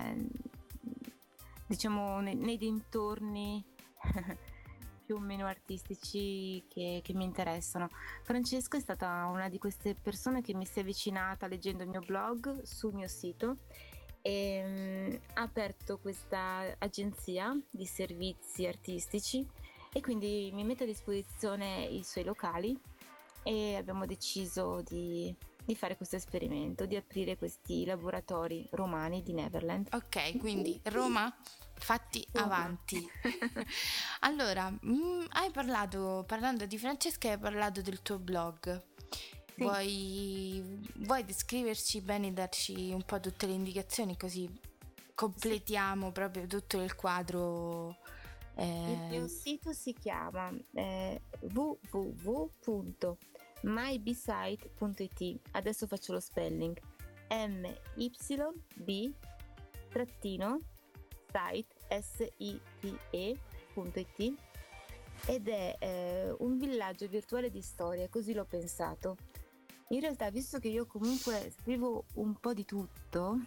diciamo nei dintorni più o meno artistici che mi interessano. Francesca è stata una di queste persone che mi si è avvicinata leggendo il mio blog sul mio sito, e ha aperto questa agenzia di servizi artistici, e quindi mi mette a disposizione i suoi locali, e abbiamo deciso di fare questo esperimento, di aprire questi laboratori romani di Neverland. Ok, quindi Roma, fatti avanti. Allora, parlando di Francesca, hai parlato del tuo blog. Sì. Vuoi descriverci bene, darci un po' tutte le indicazioni, così completiamo proprio tutto il quadro? Il mio sito si chiama www.mybsite.it. Adesso faccio lo spelling: myb-site.it, ed è un villaggio virtuale di storie, così l'ho pensato. In realtà, visto che io comunque scrivo un po' di tutto,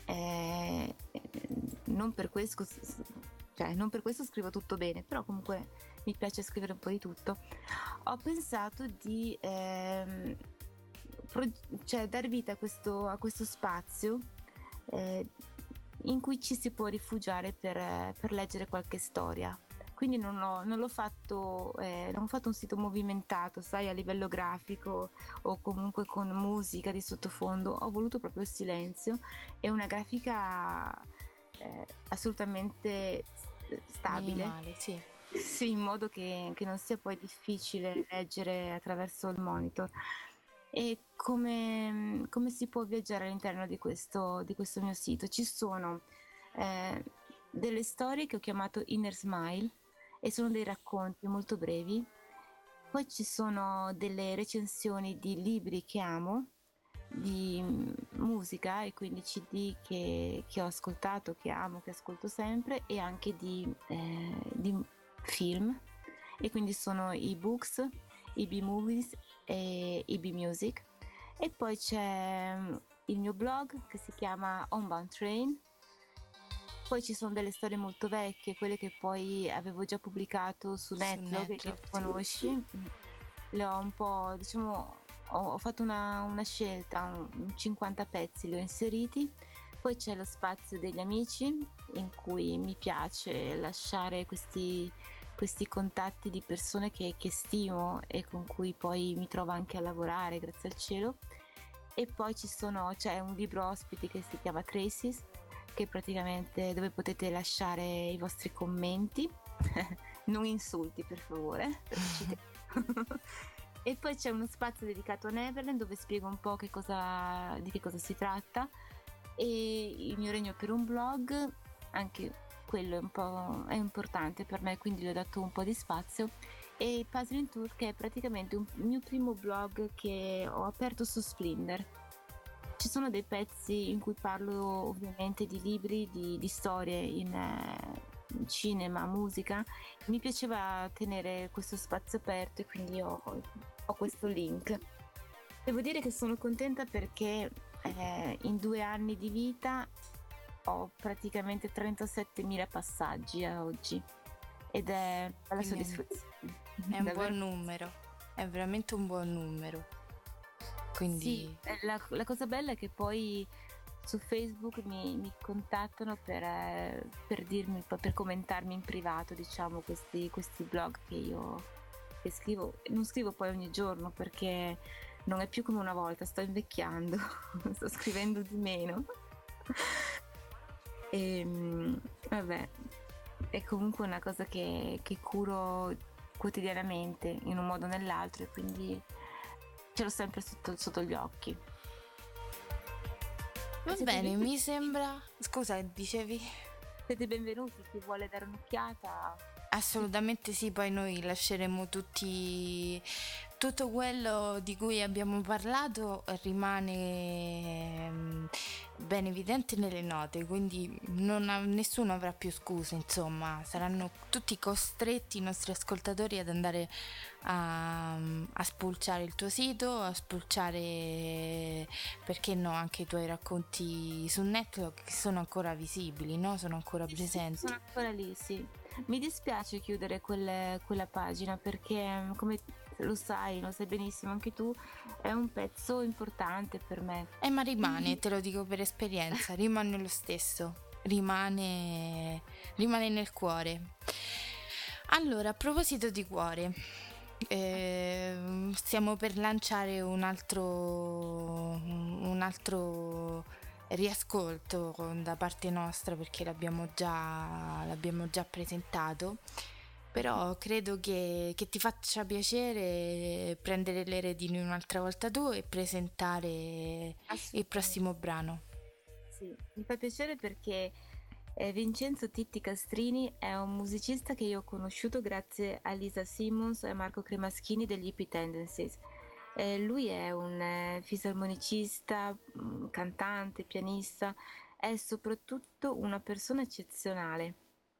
non per questo scrivo tutto bene, però comunque mi piace scrivere un po' di tutto, ho pensato di dar vita a questo spazio in cui ci si può rifugiare per leggere qualche storia. Quindi non ho fatto un sito movimentato, sai, a livello grafico o comunque con musica di sottofondo. Ho voluto proprio il silenzio e una grafica assolutamente stabile. Minimale, sì. Sì, in modo che non sia poi difficile leggere attraverso il monitor. E come si può viaggiare all'interno di questo mio sito? Ci sono eh, delle storie che ho chiamato Inner Smile e sono dei racconti molto brevi. Poi ci sono delle recensioni di libri che amo, di musica e quindi CD che ho ascoltato, che amo, che ascolto sempre, e anche di film, e quindi sono i books, i B-movies e i B-music. E poi c'è il mio blog che si chiama Homebound Train. Poi ci sono delle storie molto vecchie, quelle che poi avevo già pubblicato su Netlog, che Netlog, sì. conosci. Le ho un po', diciamo, ho fatto una scelta, 50 pezzi li ho inseriti. Poi c'è lo spazio degli amici, in cui mi piace lasciare questi contatti di persone che stimo e con cui poi mi trovo anche a lavorare, grazie al cielo. E poi c'è un libro ospiti che si chiama Traces, che praticamente dove potete lasciare i vostri commenti, non insulti per favore. E poi c'è uno spazio dedicato a Neverland dove spiego un po' di che cosa si tratta, e il mio regno per un blog, anche quello è importante per me, quindi gli ho dato un po' di spazio. E Puzzling Tour, che è praticamente il mio primo blog che ho aperto su Splendor. Ci sono dei pezzi in cui parlo ovviamente di libri, di storie in cinema, musica. Mi piaceva tenere questo spazio aperto e quindi ho questo link. Devo dire che sono contenta perché in 2 anni di vita ho praticamente 37.000 passaggi a oggi, ed è la soddisfazione. È un buon numero, è veramente un buon numero. Quindi sì, la cosa bella è che poi su Facebook mi contattano per dirmi, per commentarmi in privato, diciamo, questi blog che scrivo. Non scrivo poi ogni giorno perché non è più come una volta, sto invecchiando, sto scrivendo di meno. E vabbè, è comunque una cosa che curo quotidianamente in un modo o nell'altro, e quindi ce l'ho sempre sotto gli occhi. va bene, mi sembra. Scusa, dicevi? Siete benvenuti, chi vuole dare un'occhiata. Assolutamente sì, poi noi lasceremo tutto quello di cui abbiamo parlato rimane ben evidente nelle note, quindi nessuno avrà più scuse, insomma, saranno tutti costretti i nostri ascoltatori ad andare a spulciare il tuo sito, a spulciare, perché no, anche i tuoi racconti su Netlog, che sono ancora visibili, no? Sono ancora presenti. Sono ancora lì, sì. Mi dispiace chiudere quella pagina perché, come lo sai benissimo anche tu, è un pezzo importante per me. Ma rimane, te lo dico per esperienza, rimane lo stesso, rimane nel cuore. Allora, a proposito di cuore, stiamo per lanciare un altro riascolto da parte nostra, perché l'abbiamo già presentato, però credo che ti faccia piacere prendere le redini un'altra volta tu e presentare il prossimo brano. Sì, mi fa piacere perché Vincenzo Titti Castrini è un musicista che io ho conosciuto grazie a Lisa Simmons e a Marco Cremaschini degli Hippie Tendencies. Lui è un fisarmonicista, cantante, pianista, è soprattutto una persona eccezionale.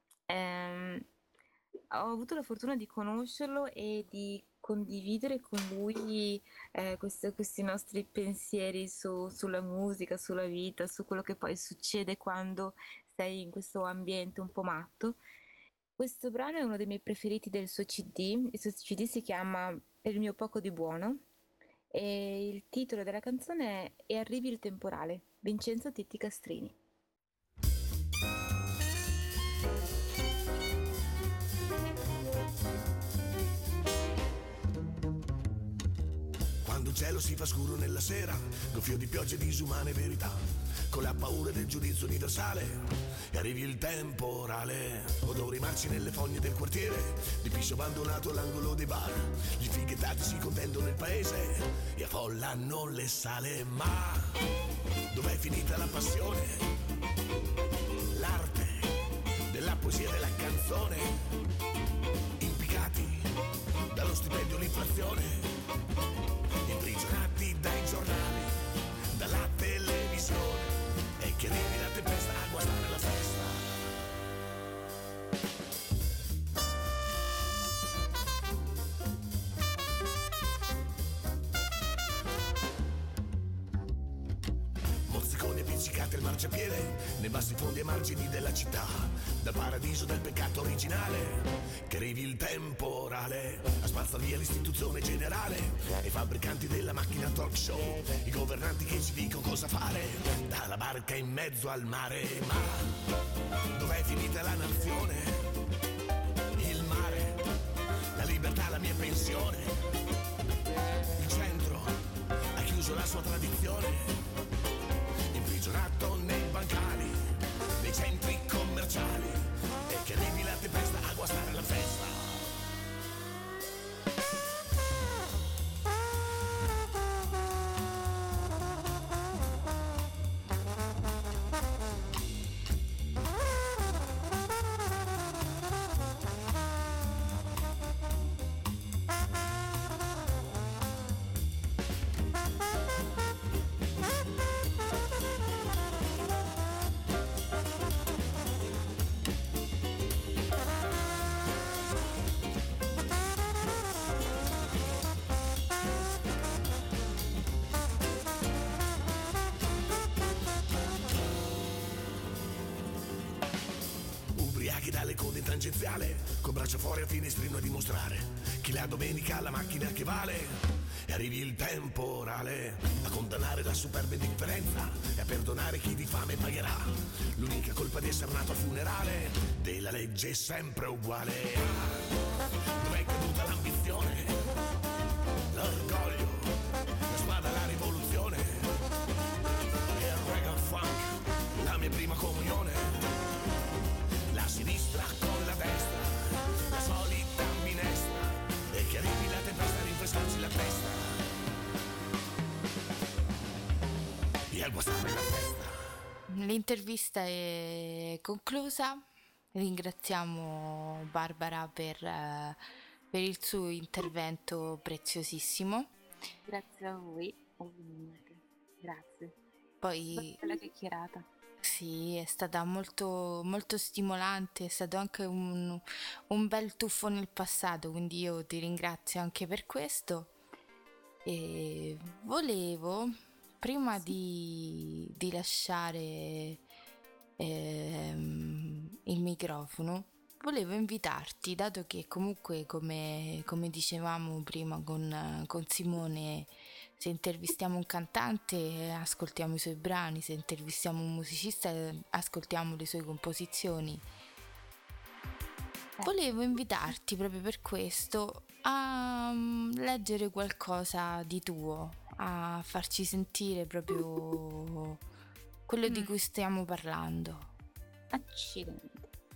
Ho avuto la fortuna di conoscerlo e di condividere con lui questi nostri pensieri sulla musica, sulla vita, su quello che poi succede quando sei in questo ambiente un po' matto. Questo brano è uno dei miei preferiti del suo CD. Il suo CD si chiama Per il mio poco di buono e il titolo della canzone è E arrivi il temporale, Vincenzo Titti Castrini. Quando il cielo si fa scuro nella sera, gonfio di piogge disumane verità, con la paura del giudizio universale. E arrivi il temporale, odori marci nelle fogne del quartiere, di piscio abbandonato all'angolo dei bar. Gli fighettati si contendono il paese e affollano le sale. Ma dov'è finita la passione? L'arte della poesia e della canzone, impiccati dallo stipendio l'inflazione, imprigionati dai giornali, dalla televisione, e che arrivi la tempesta a guardare la festa. Mozziconi appiccicati al marciapiede, nei bassi fondi e margini della città, dal paradiso del peccato originale, che arrivi il temporale a spazzar via l'istituzione generale, e i fabbricanti della macchina talk show, i governanti che ci dicono cosa fare, dalla barca in mezzo al mare. Ma dov'è finita la nazione? Il mare, la libertà, la mia pensione. Il centro ha chiuso la sua tradizione, imprigionato nei bancali, nei centri commerciali, e che arrivi la tempesta a guastare la festa. Ubriachi dalle code in tangenziale, con braccia fuori a finestrino a dimostrare chi la domenica la macchina che vale. E arrivi il temporale a condannare la superba indifferenza e a perdonare chi di fame pagherà. L'unica colpa di essere nato al funerale della legge è sempre uguale. Dov'è caduta l'ambizione, l'orgoglio, la spada, la rivoluzione e il reggae funk, la mia prima comunione. La sinistra con la destra, la solita minestra, e che arrivi la tempesta a rinfrescarci la testa e a guastare la festa. L'intervista è conclusa. Ringraziamo Barbara per il suo intervento preziosissimo. Grazie a voi, ovviamente. Grazie. Poi Per la chiacchierata. sì, è stata molto, molto stimolante, è stato anche un bel tuffo nel passato, quindi io ti ringrazio anche per questo. E volevo, prima di lasciare il microfono, volevo invitarti, dato che comunque come dicevamo prima con Simone, se intervistiamo un cantante ascoltiamo i suoi brani, se intervistiamo un musicista ascoltiamo le sue composizioni. Volevo invitarti proprio per questo a leggere qualcosa di tuo, a farci sentire proprio quello di cui stiamo parlando. Accidenti.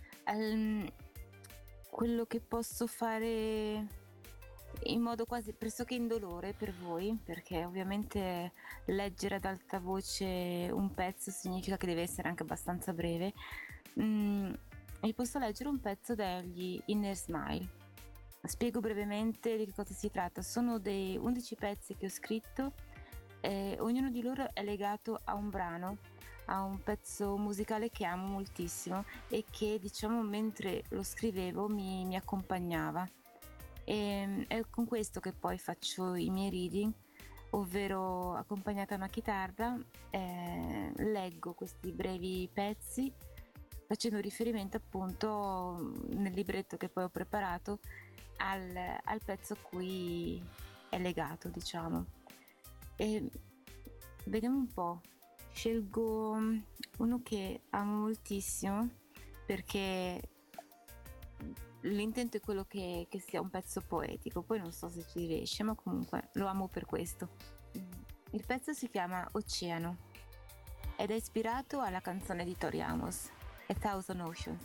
Quello che posso fare in modo quasi pressoché indolore per voi, perché ovviamente leggere ad alta voce un pezzo significa che deve essere anche abbastanza breve. Vi posso leggere un pezzo degli Inner Smile. Spiego brevemente di che cosa si tratta. Sono dei 11 pezzi che ho scritto, ognuno di loro è legato a un brano, a un pezzo musicale che amo moltissimo e che, diciamo, mentre lo scrivevo mi accompagnava. E è con questo che poi faccio i miei reading, ovvero accompagnata a una chitarra, leggo questi brevi pezzi facendo riferimento appunto nel libretto che poi ho preparato al pezzo a cui è legato, diciamo. E vediamo un po'. Scelgo uno che amo moltissimo perché l'intento è quello che sia un pezzo poetico, poi non so se ci riesce, ma comunque lo amo per questo. Il pezzo si chiama Oceano. ed è ispirato alla canzone di Tori Amos, A Thousand Oceans.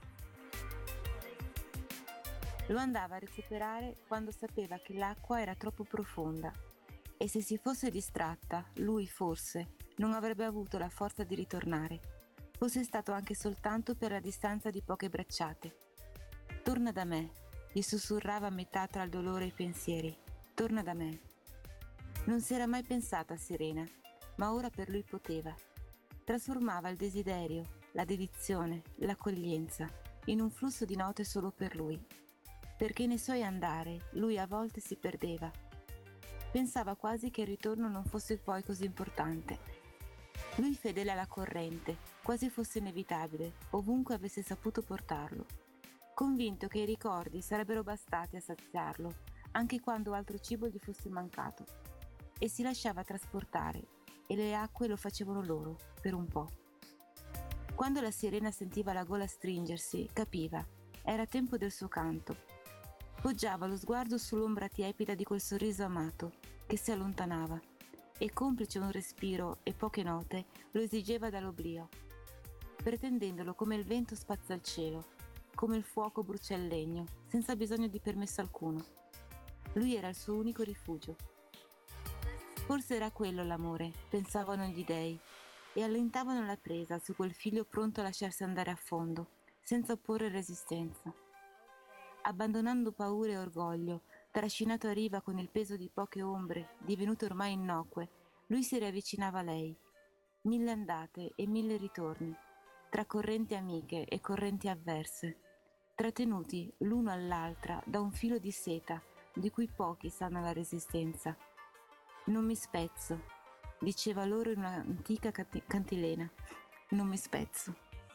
Lo andava a recuperare quando sapeva che l'acqua era troppo profonda e se si fosse distratta, lui forse non avrebbe avuto la forza di ritornare, fosse stato anche soltanto per la distanza di poche bracciate. Torna da me, gli sussurrava a metà tra il dolore e i pensieri. Torna da me. Non si era mai pensata a Serena, ma ora per lui poteva. Trasformava il desiderio, la dedizione, l'accoglienza in un flusso di note solo per lui. Perché nei suoi andare lui a volte si perdeva. Pensava quasi che il ritorno non fosse poi così importante. Lui fedele alla corrente, quasi fosse inevitabile, ovunque avesse saputo portarlo. Convinto che i ricordi sarebbero bastati a saziarlo, anche quando altro cibo gli fosse mancato. E si lasciava trasportare, e le acque lo facevano loro, per un po'. Quando la sirena sentiva la gola stringersi, capiva, era tempo del suo canto. Poggiava lo sguardo sull'ombra tiepida di quel sorriso amato, che si allontanava, e complice un respiro e poche note, lo esigeva dall'oblio, pretendendolo come il vento spazza il cielo, come il fuoco brucia il legno, senza bisogno di permesso alcuno. Lui era il suo unico rifugio. Forse era quello l'amore, pensavano gli dei, e allentavano la presa su quel figlio pronto a lasciarsi andare a fondo, senza opporre resistenza. Abbandonando paure e orgoglio, trascinato a riva con il peso di poche ombre, divenute ormai innocue, lui si riavvicinava a lei. 1000 andate e 1000 ritorni, tra correnti amiche e correnti avverse, trattenuti l'uno all'altra da un filo di seta di cui pochi sanno la resistenza. Non mi spezzo, diceva loro in un'antica cantilena. Non mi spezzo.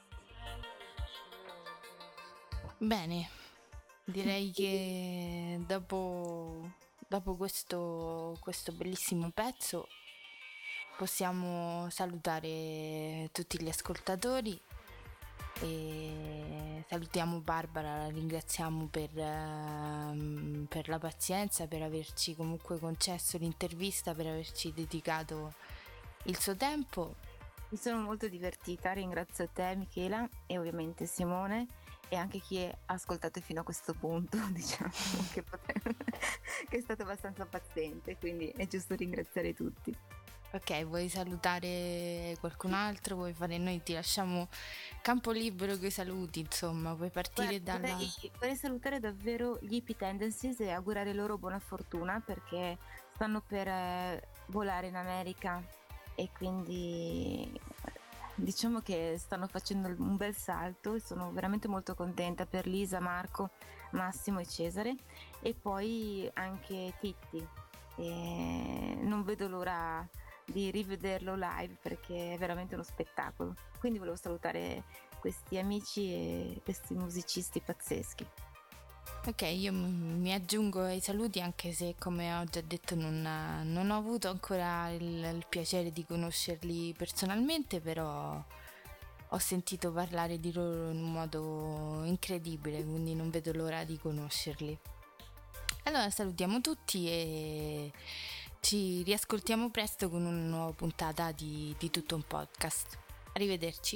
Bene, direi che dopo questo bellissimo pezzo possiamo salutare tutti gli ascoltatori e salutiamo Barbara, la ringraziamo per la pazienza, per averci comunque concesso l'intervista, per averci dedicato il suo tempo. Mi sono molto divertita, ringrazio te Michela e ovviamente Simone e anche chi ha ascoltato fino a questo punto, diciamo che è stato abbastanza paziente, quindi è giusto ringraziare tutti. Ok, vuoi salutare qualcun altro? Vuoi fare? Noi ti lasciamo campo libero con i saluti, insomma, puoi partire dalla... Vorrei salutare davvero gli Hippie Tendencies e augurare loro buona fortuna perché stanno per volare in America e quindi diciamo che stanno facendo un bel salto e sono veramente molto contenta per Lisa, Marco, Massimo e Cesare e poi anche Titti e non vedo l'ora di rivederlo live perché è veramente uno spettacolo, quindi volevo salutare questi amici e questi musicisti pazzeschi. Ok, io mi aggiungo ai saluti anche se come ho già detto non ho avuto ancora il piacere di conoscerli personalmente, però ho sentito parlare di loro in un modo incredibile, quindi non vedo l'ora di conoscerli. Allora salutiamo tutti e ci riascoltiamo presto con una nuova puntata di Tutto un Podcast. Arrivederci.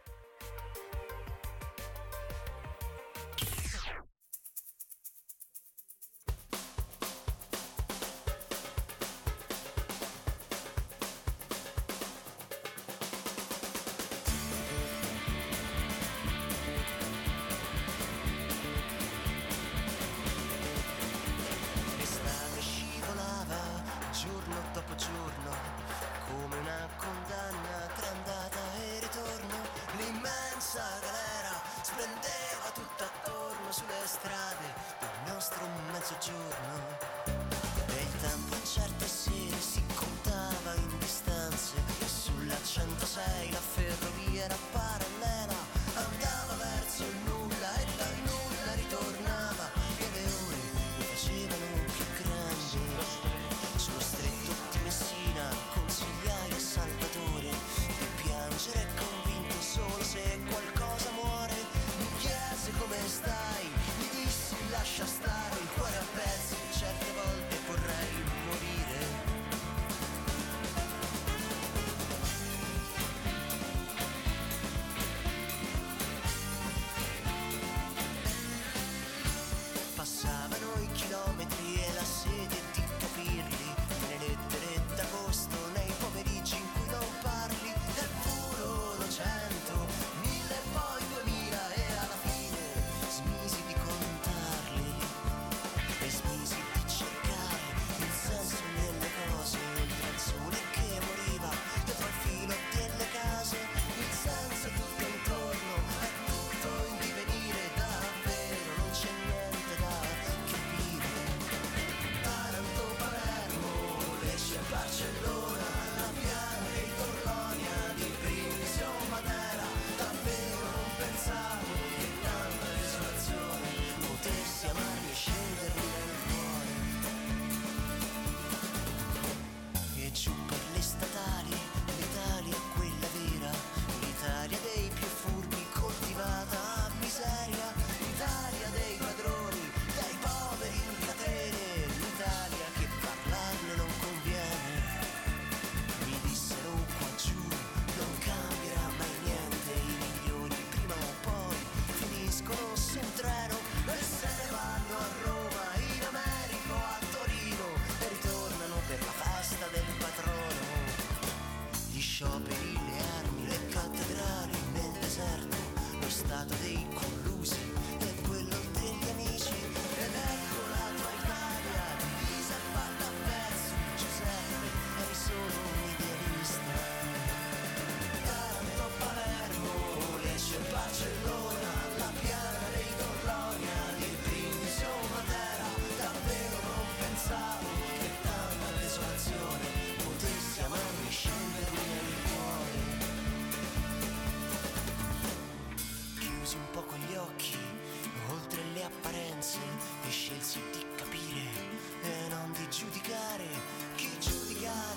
L'estate scivolava giorno dopo giorno come una condanna tra andata e ritorno. L'immensa galera splendeva tutto attorno sulle strade del nostro mezzogiorno. E il tempo in certe sere si contava in distanze e sulla 106 la ferrovia era parallela, andava verso il nulla e dal nulla ritornava e le ore mi facevano più grandi. Sullo stretto di Messina consigliai a Salvatore di piangere convinto solo se qualcosa muore. Mi chiese come stai, mi dissi lascia stare, il cuore a pezzi certe volte vorrei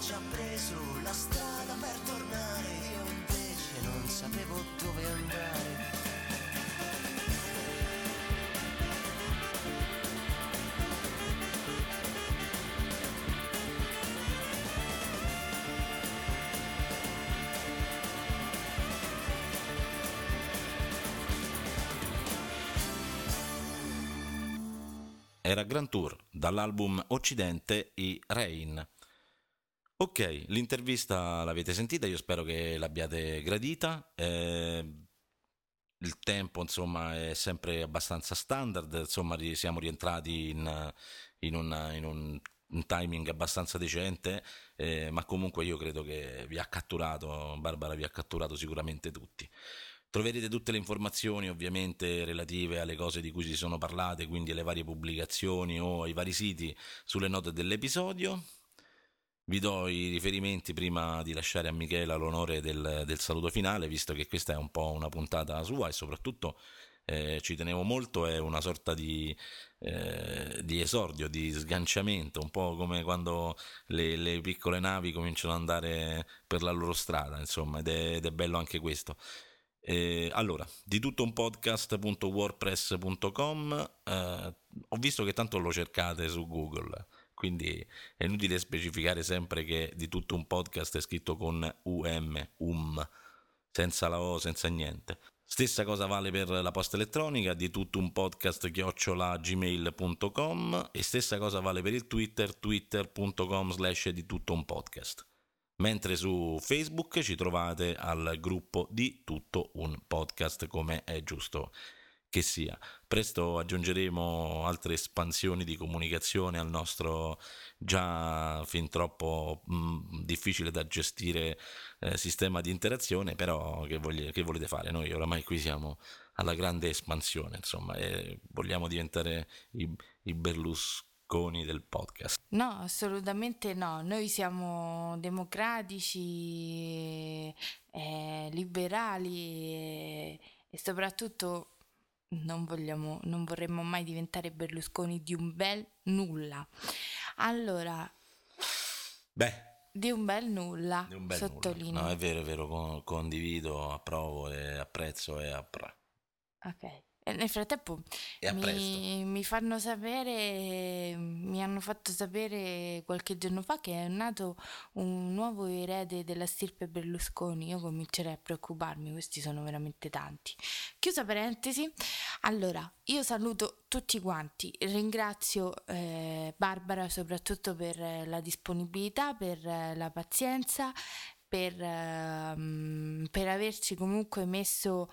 già preso la strada per tornare, io invece non sapevo dove andare. Era Grand Tour dall'album Occidente i Rain. Ok, l'intervista l'avete sentita, io spero che l'abbiate gradita. Il tempo insomma è sempre abbastanza standard, insomma siamo rientrati in un timing abbastanza decente, ma comunque io credo che vi ha catturato, Barbara vi ha catturato sicuramente tutti. Troverete tutte le informazioni ovviamente relative alle cose di cui si sono parlate, quindi alle varie pubblicazioni o ai vari siti, sulle note dell'episodio. Vi do i riferimenti prima di lasciare a Michela l'onore del saluto finale, visto che questa è un po' una puntata sua e soprattutto ci tenevo molto, è una sorta di esordio, di sganciamento, un po' come quando le piccole navi cominciano ad andare per la loro strada, insomma, ed è bello anche questo. Allora, di tutto un podcast.wordpress.com, ho visto che tanto lo cercate su Google, quindi è inutile specificare sempre che di tutto un podcast è scritto con senza la O, senza niente. Stessa cosa vale per la posta elettronica, di tutto un podcast @gmail.com, e stessa cosa vale per il Twitter, twitter.com/di tutto un podcast. Mentre su Facebook ci trovate al gruppo di tutto un podcast, come è giusto che sia. Presto aggiungeremo altre espansioni di comunicazione al nostro già fin troppo difficile da gestire sistema di interazione, però che volete fare? Noi oramai qui siamo alla grande espansione, insomma, e vogliamo diventare i Berlusconi del podcast. No, assolutamente no. Noi siamo democratici, liberali e soprattutto non vorremmo mai diventare Berlusconi di un bel nulla. Allora, di un bel nulla, sottolineo. Nulla. No, è vero, condivido, approvo e apprezzo e Ok. E nel frattempo E a presto. mi fanno sapere, mi hanno fatto sapere qualche giorno fa che è nato un nuovo erede della stirpe Berlusconi. Io comincerei a preoccuparmi, questi sono veramente tanti. Chiusa parentesi. Allora, io saluto tutti quanti, ringrazio Barbara soprattutto per la disponibilità, per la pazienza, per averci comunque messo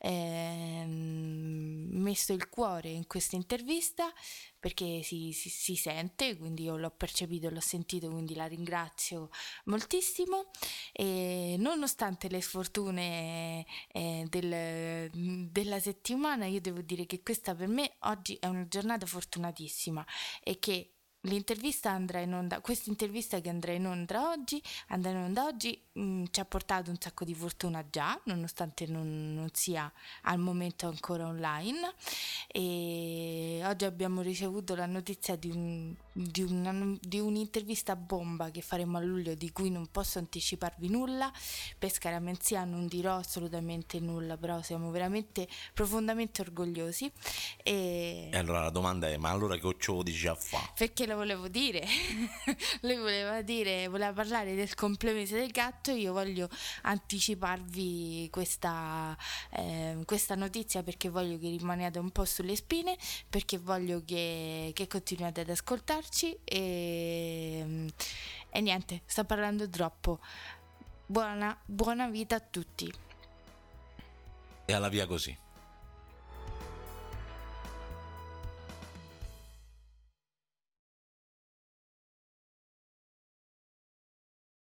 il cuore in questa intervista, perché si sente, quindi io l'ho percepito, l'ho sentito, quindi la ringrazio moltissimo. E nonostante le sfortune della settimana, io devo dire che questa per me oggi è una giornata fortunatissima e che questa intervista che andrà in onda oggi ci ha portato un sacco di fortuna già, nonostante non sia al momento ancora online. E oggi abbiamo ricevuto la notizia di un'intervista bomba che faremo a luglio, di cui non posso anticiparvi nulla. Per Scaramenzia non dirò assolutamente nulla, però siamo veramente profondamente orgogliosi. E allora la domanda è: ma allora che ce lo dici a fa? Perché lo volevo dire. Lei voleva parlare del complemese del gatto, io voglio anticiparvi questa notizia, perché voglio che rimaniate un po' sulle spine, perché voglio che continuate ad ascoltarci e niente, sto parlando troppo. Buona vita a tutti E alla via così.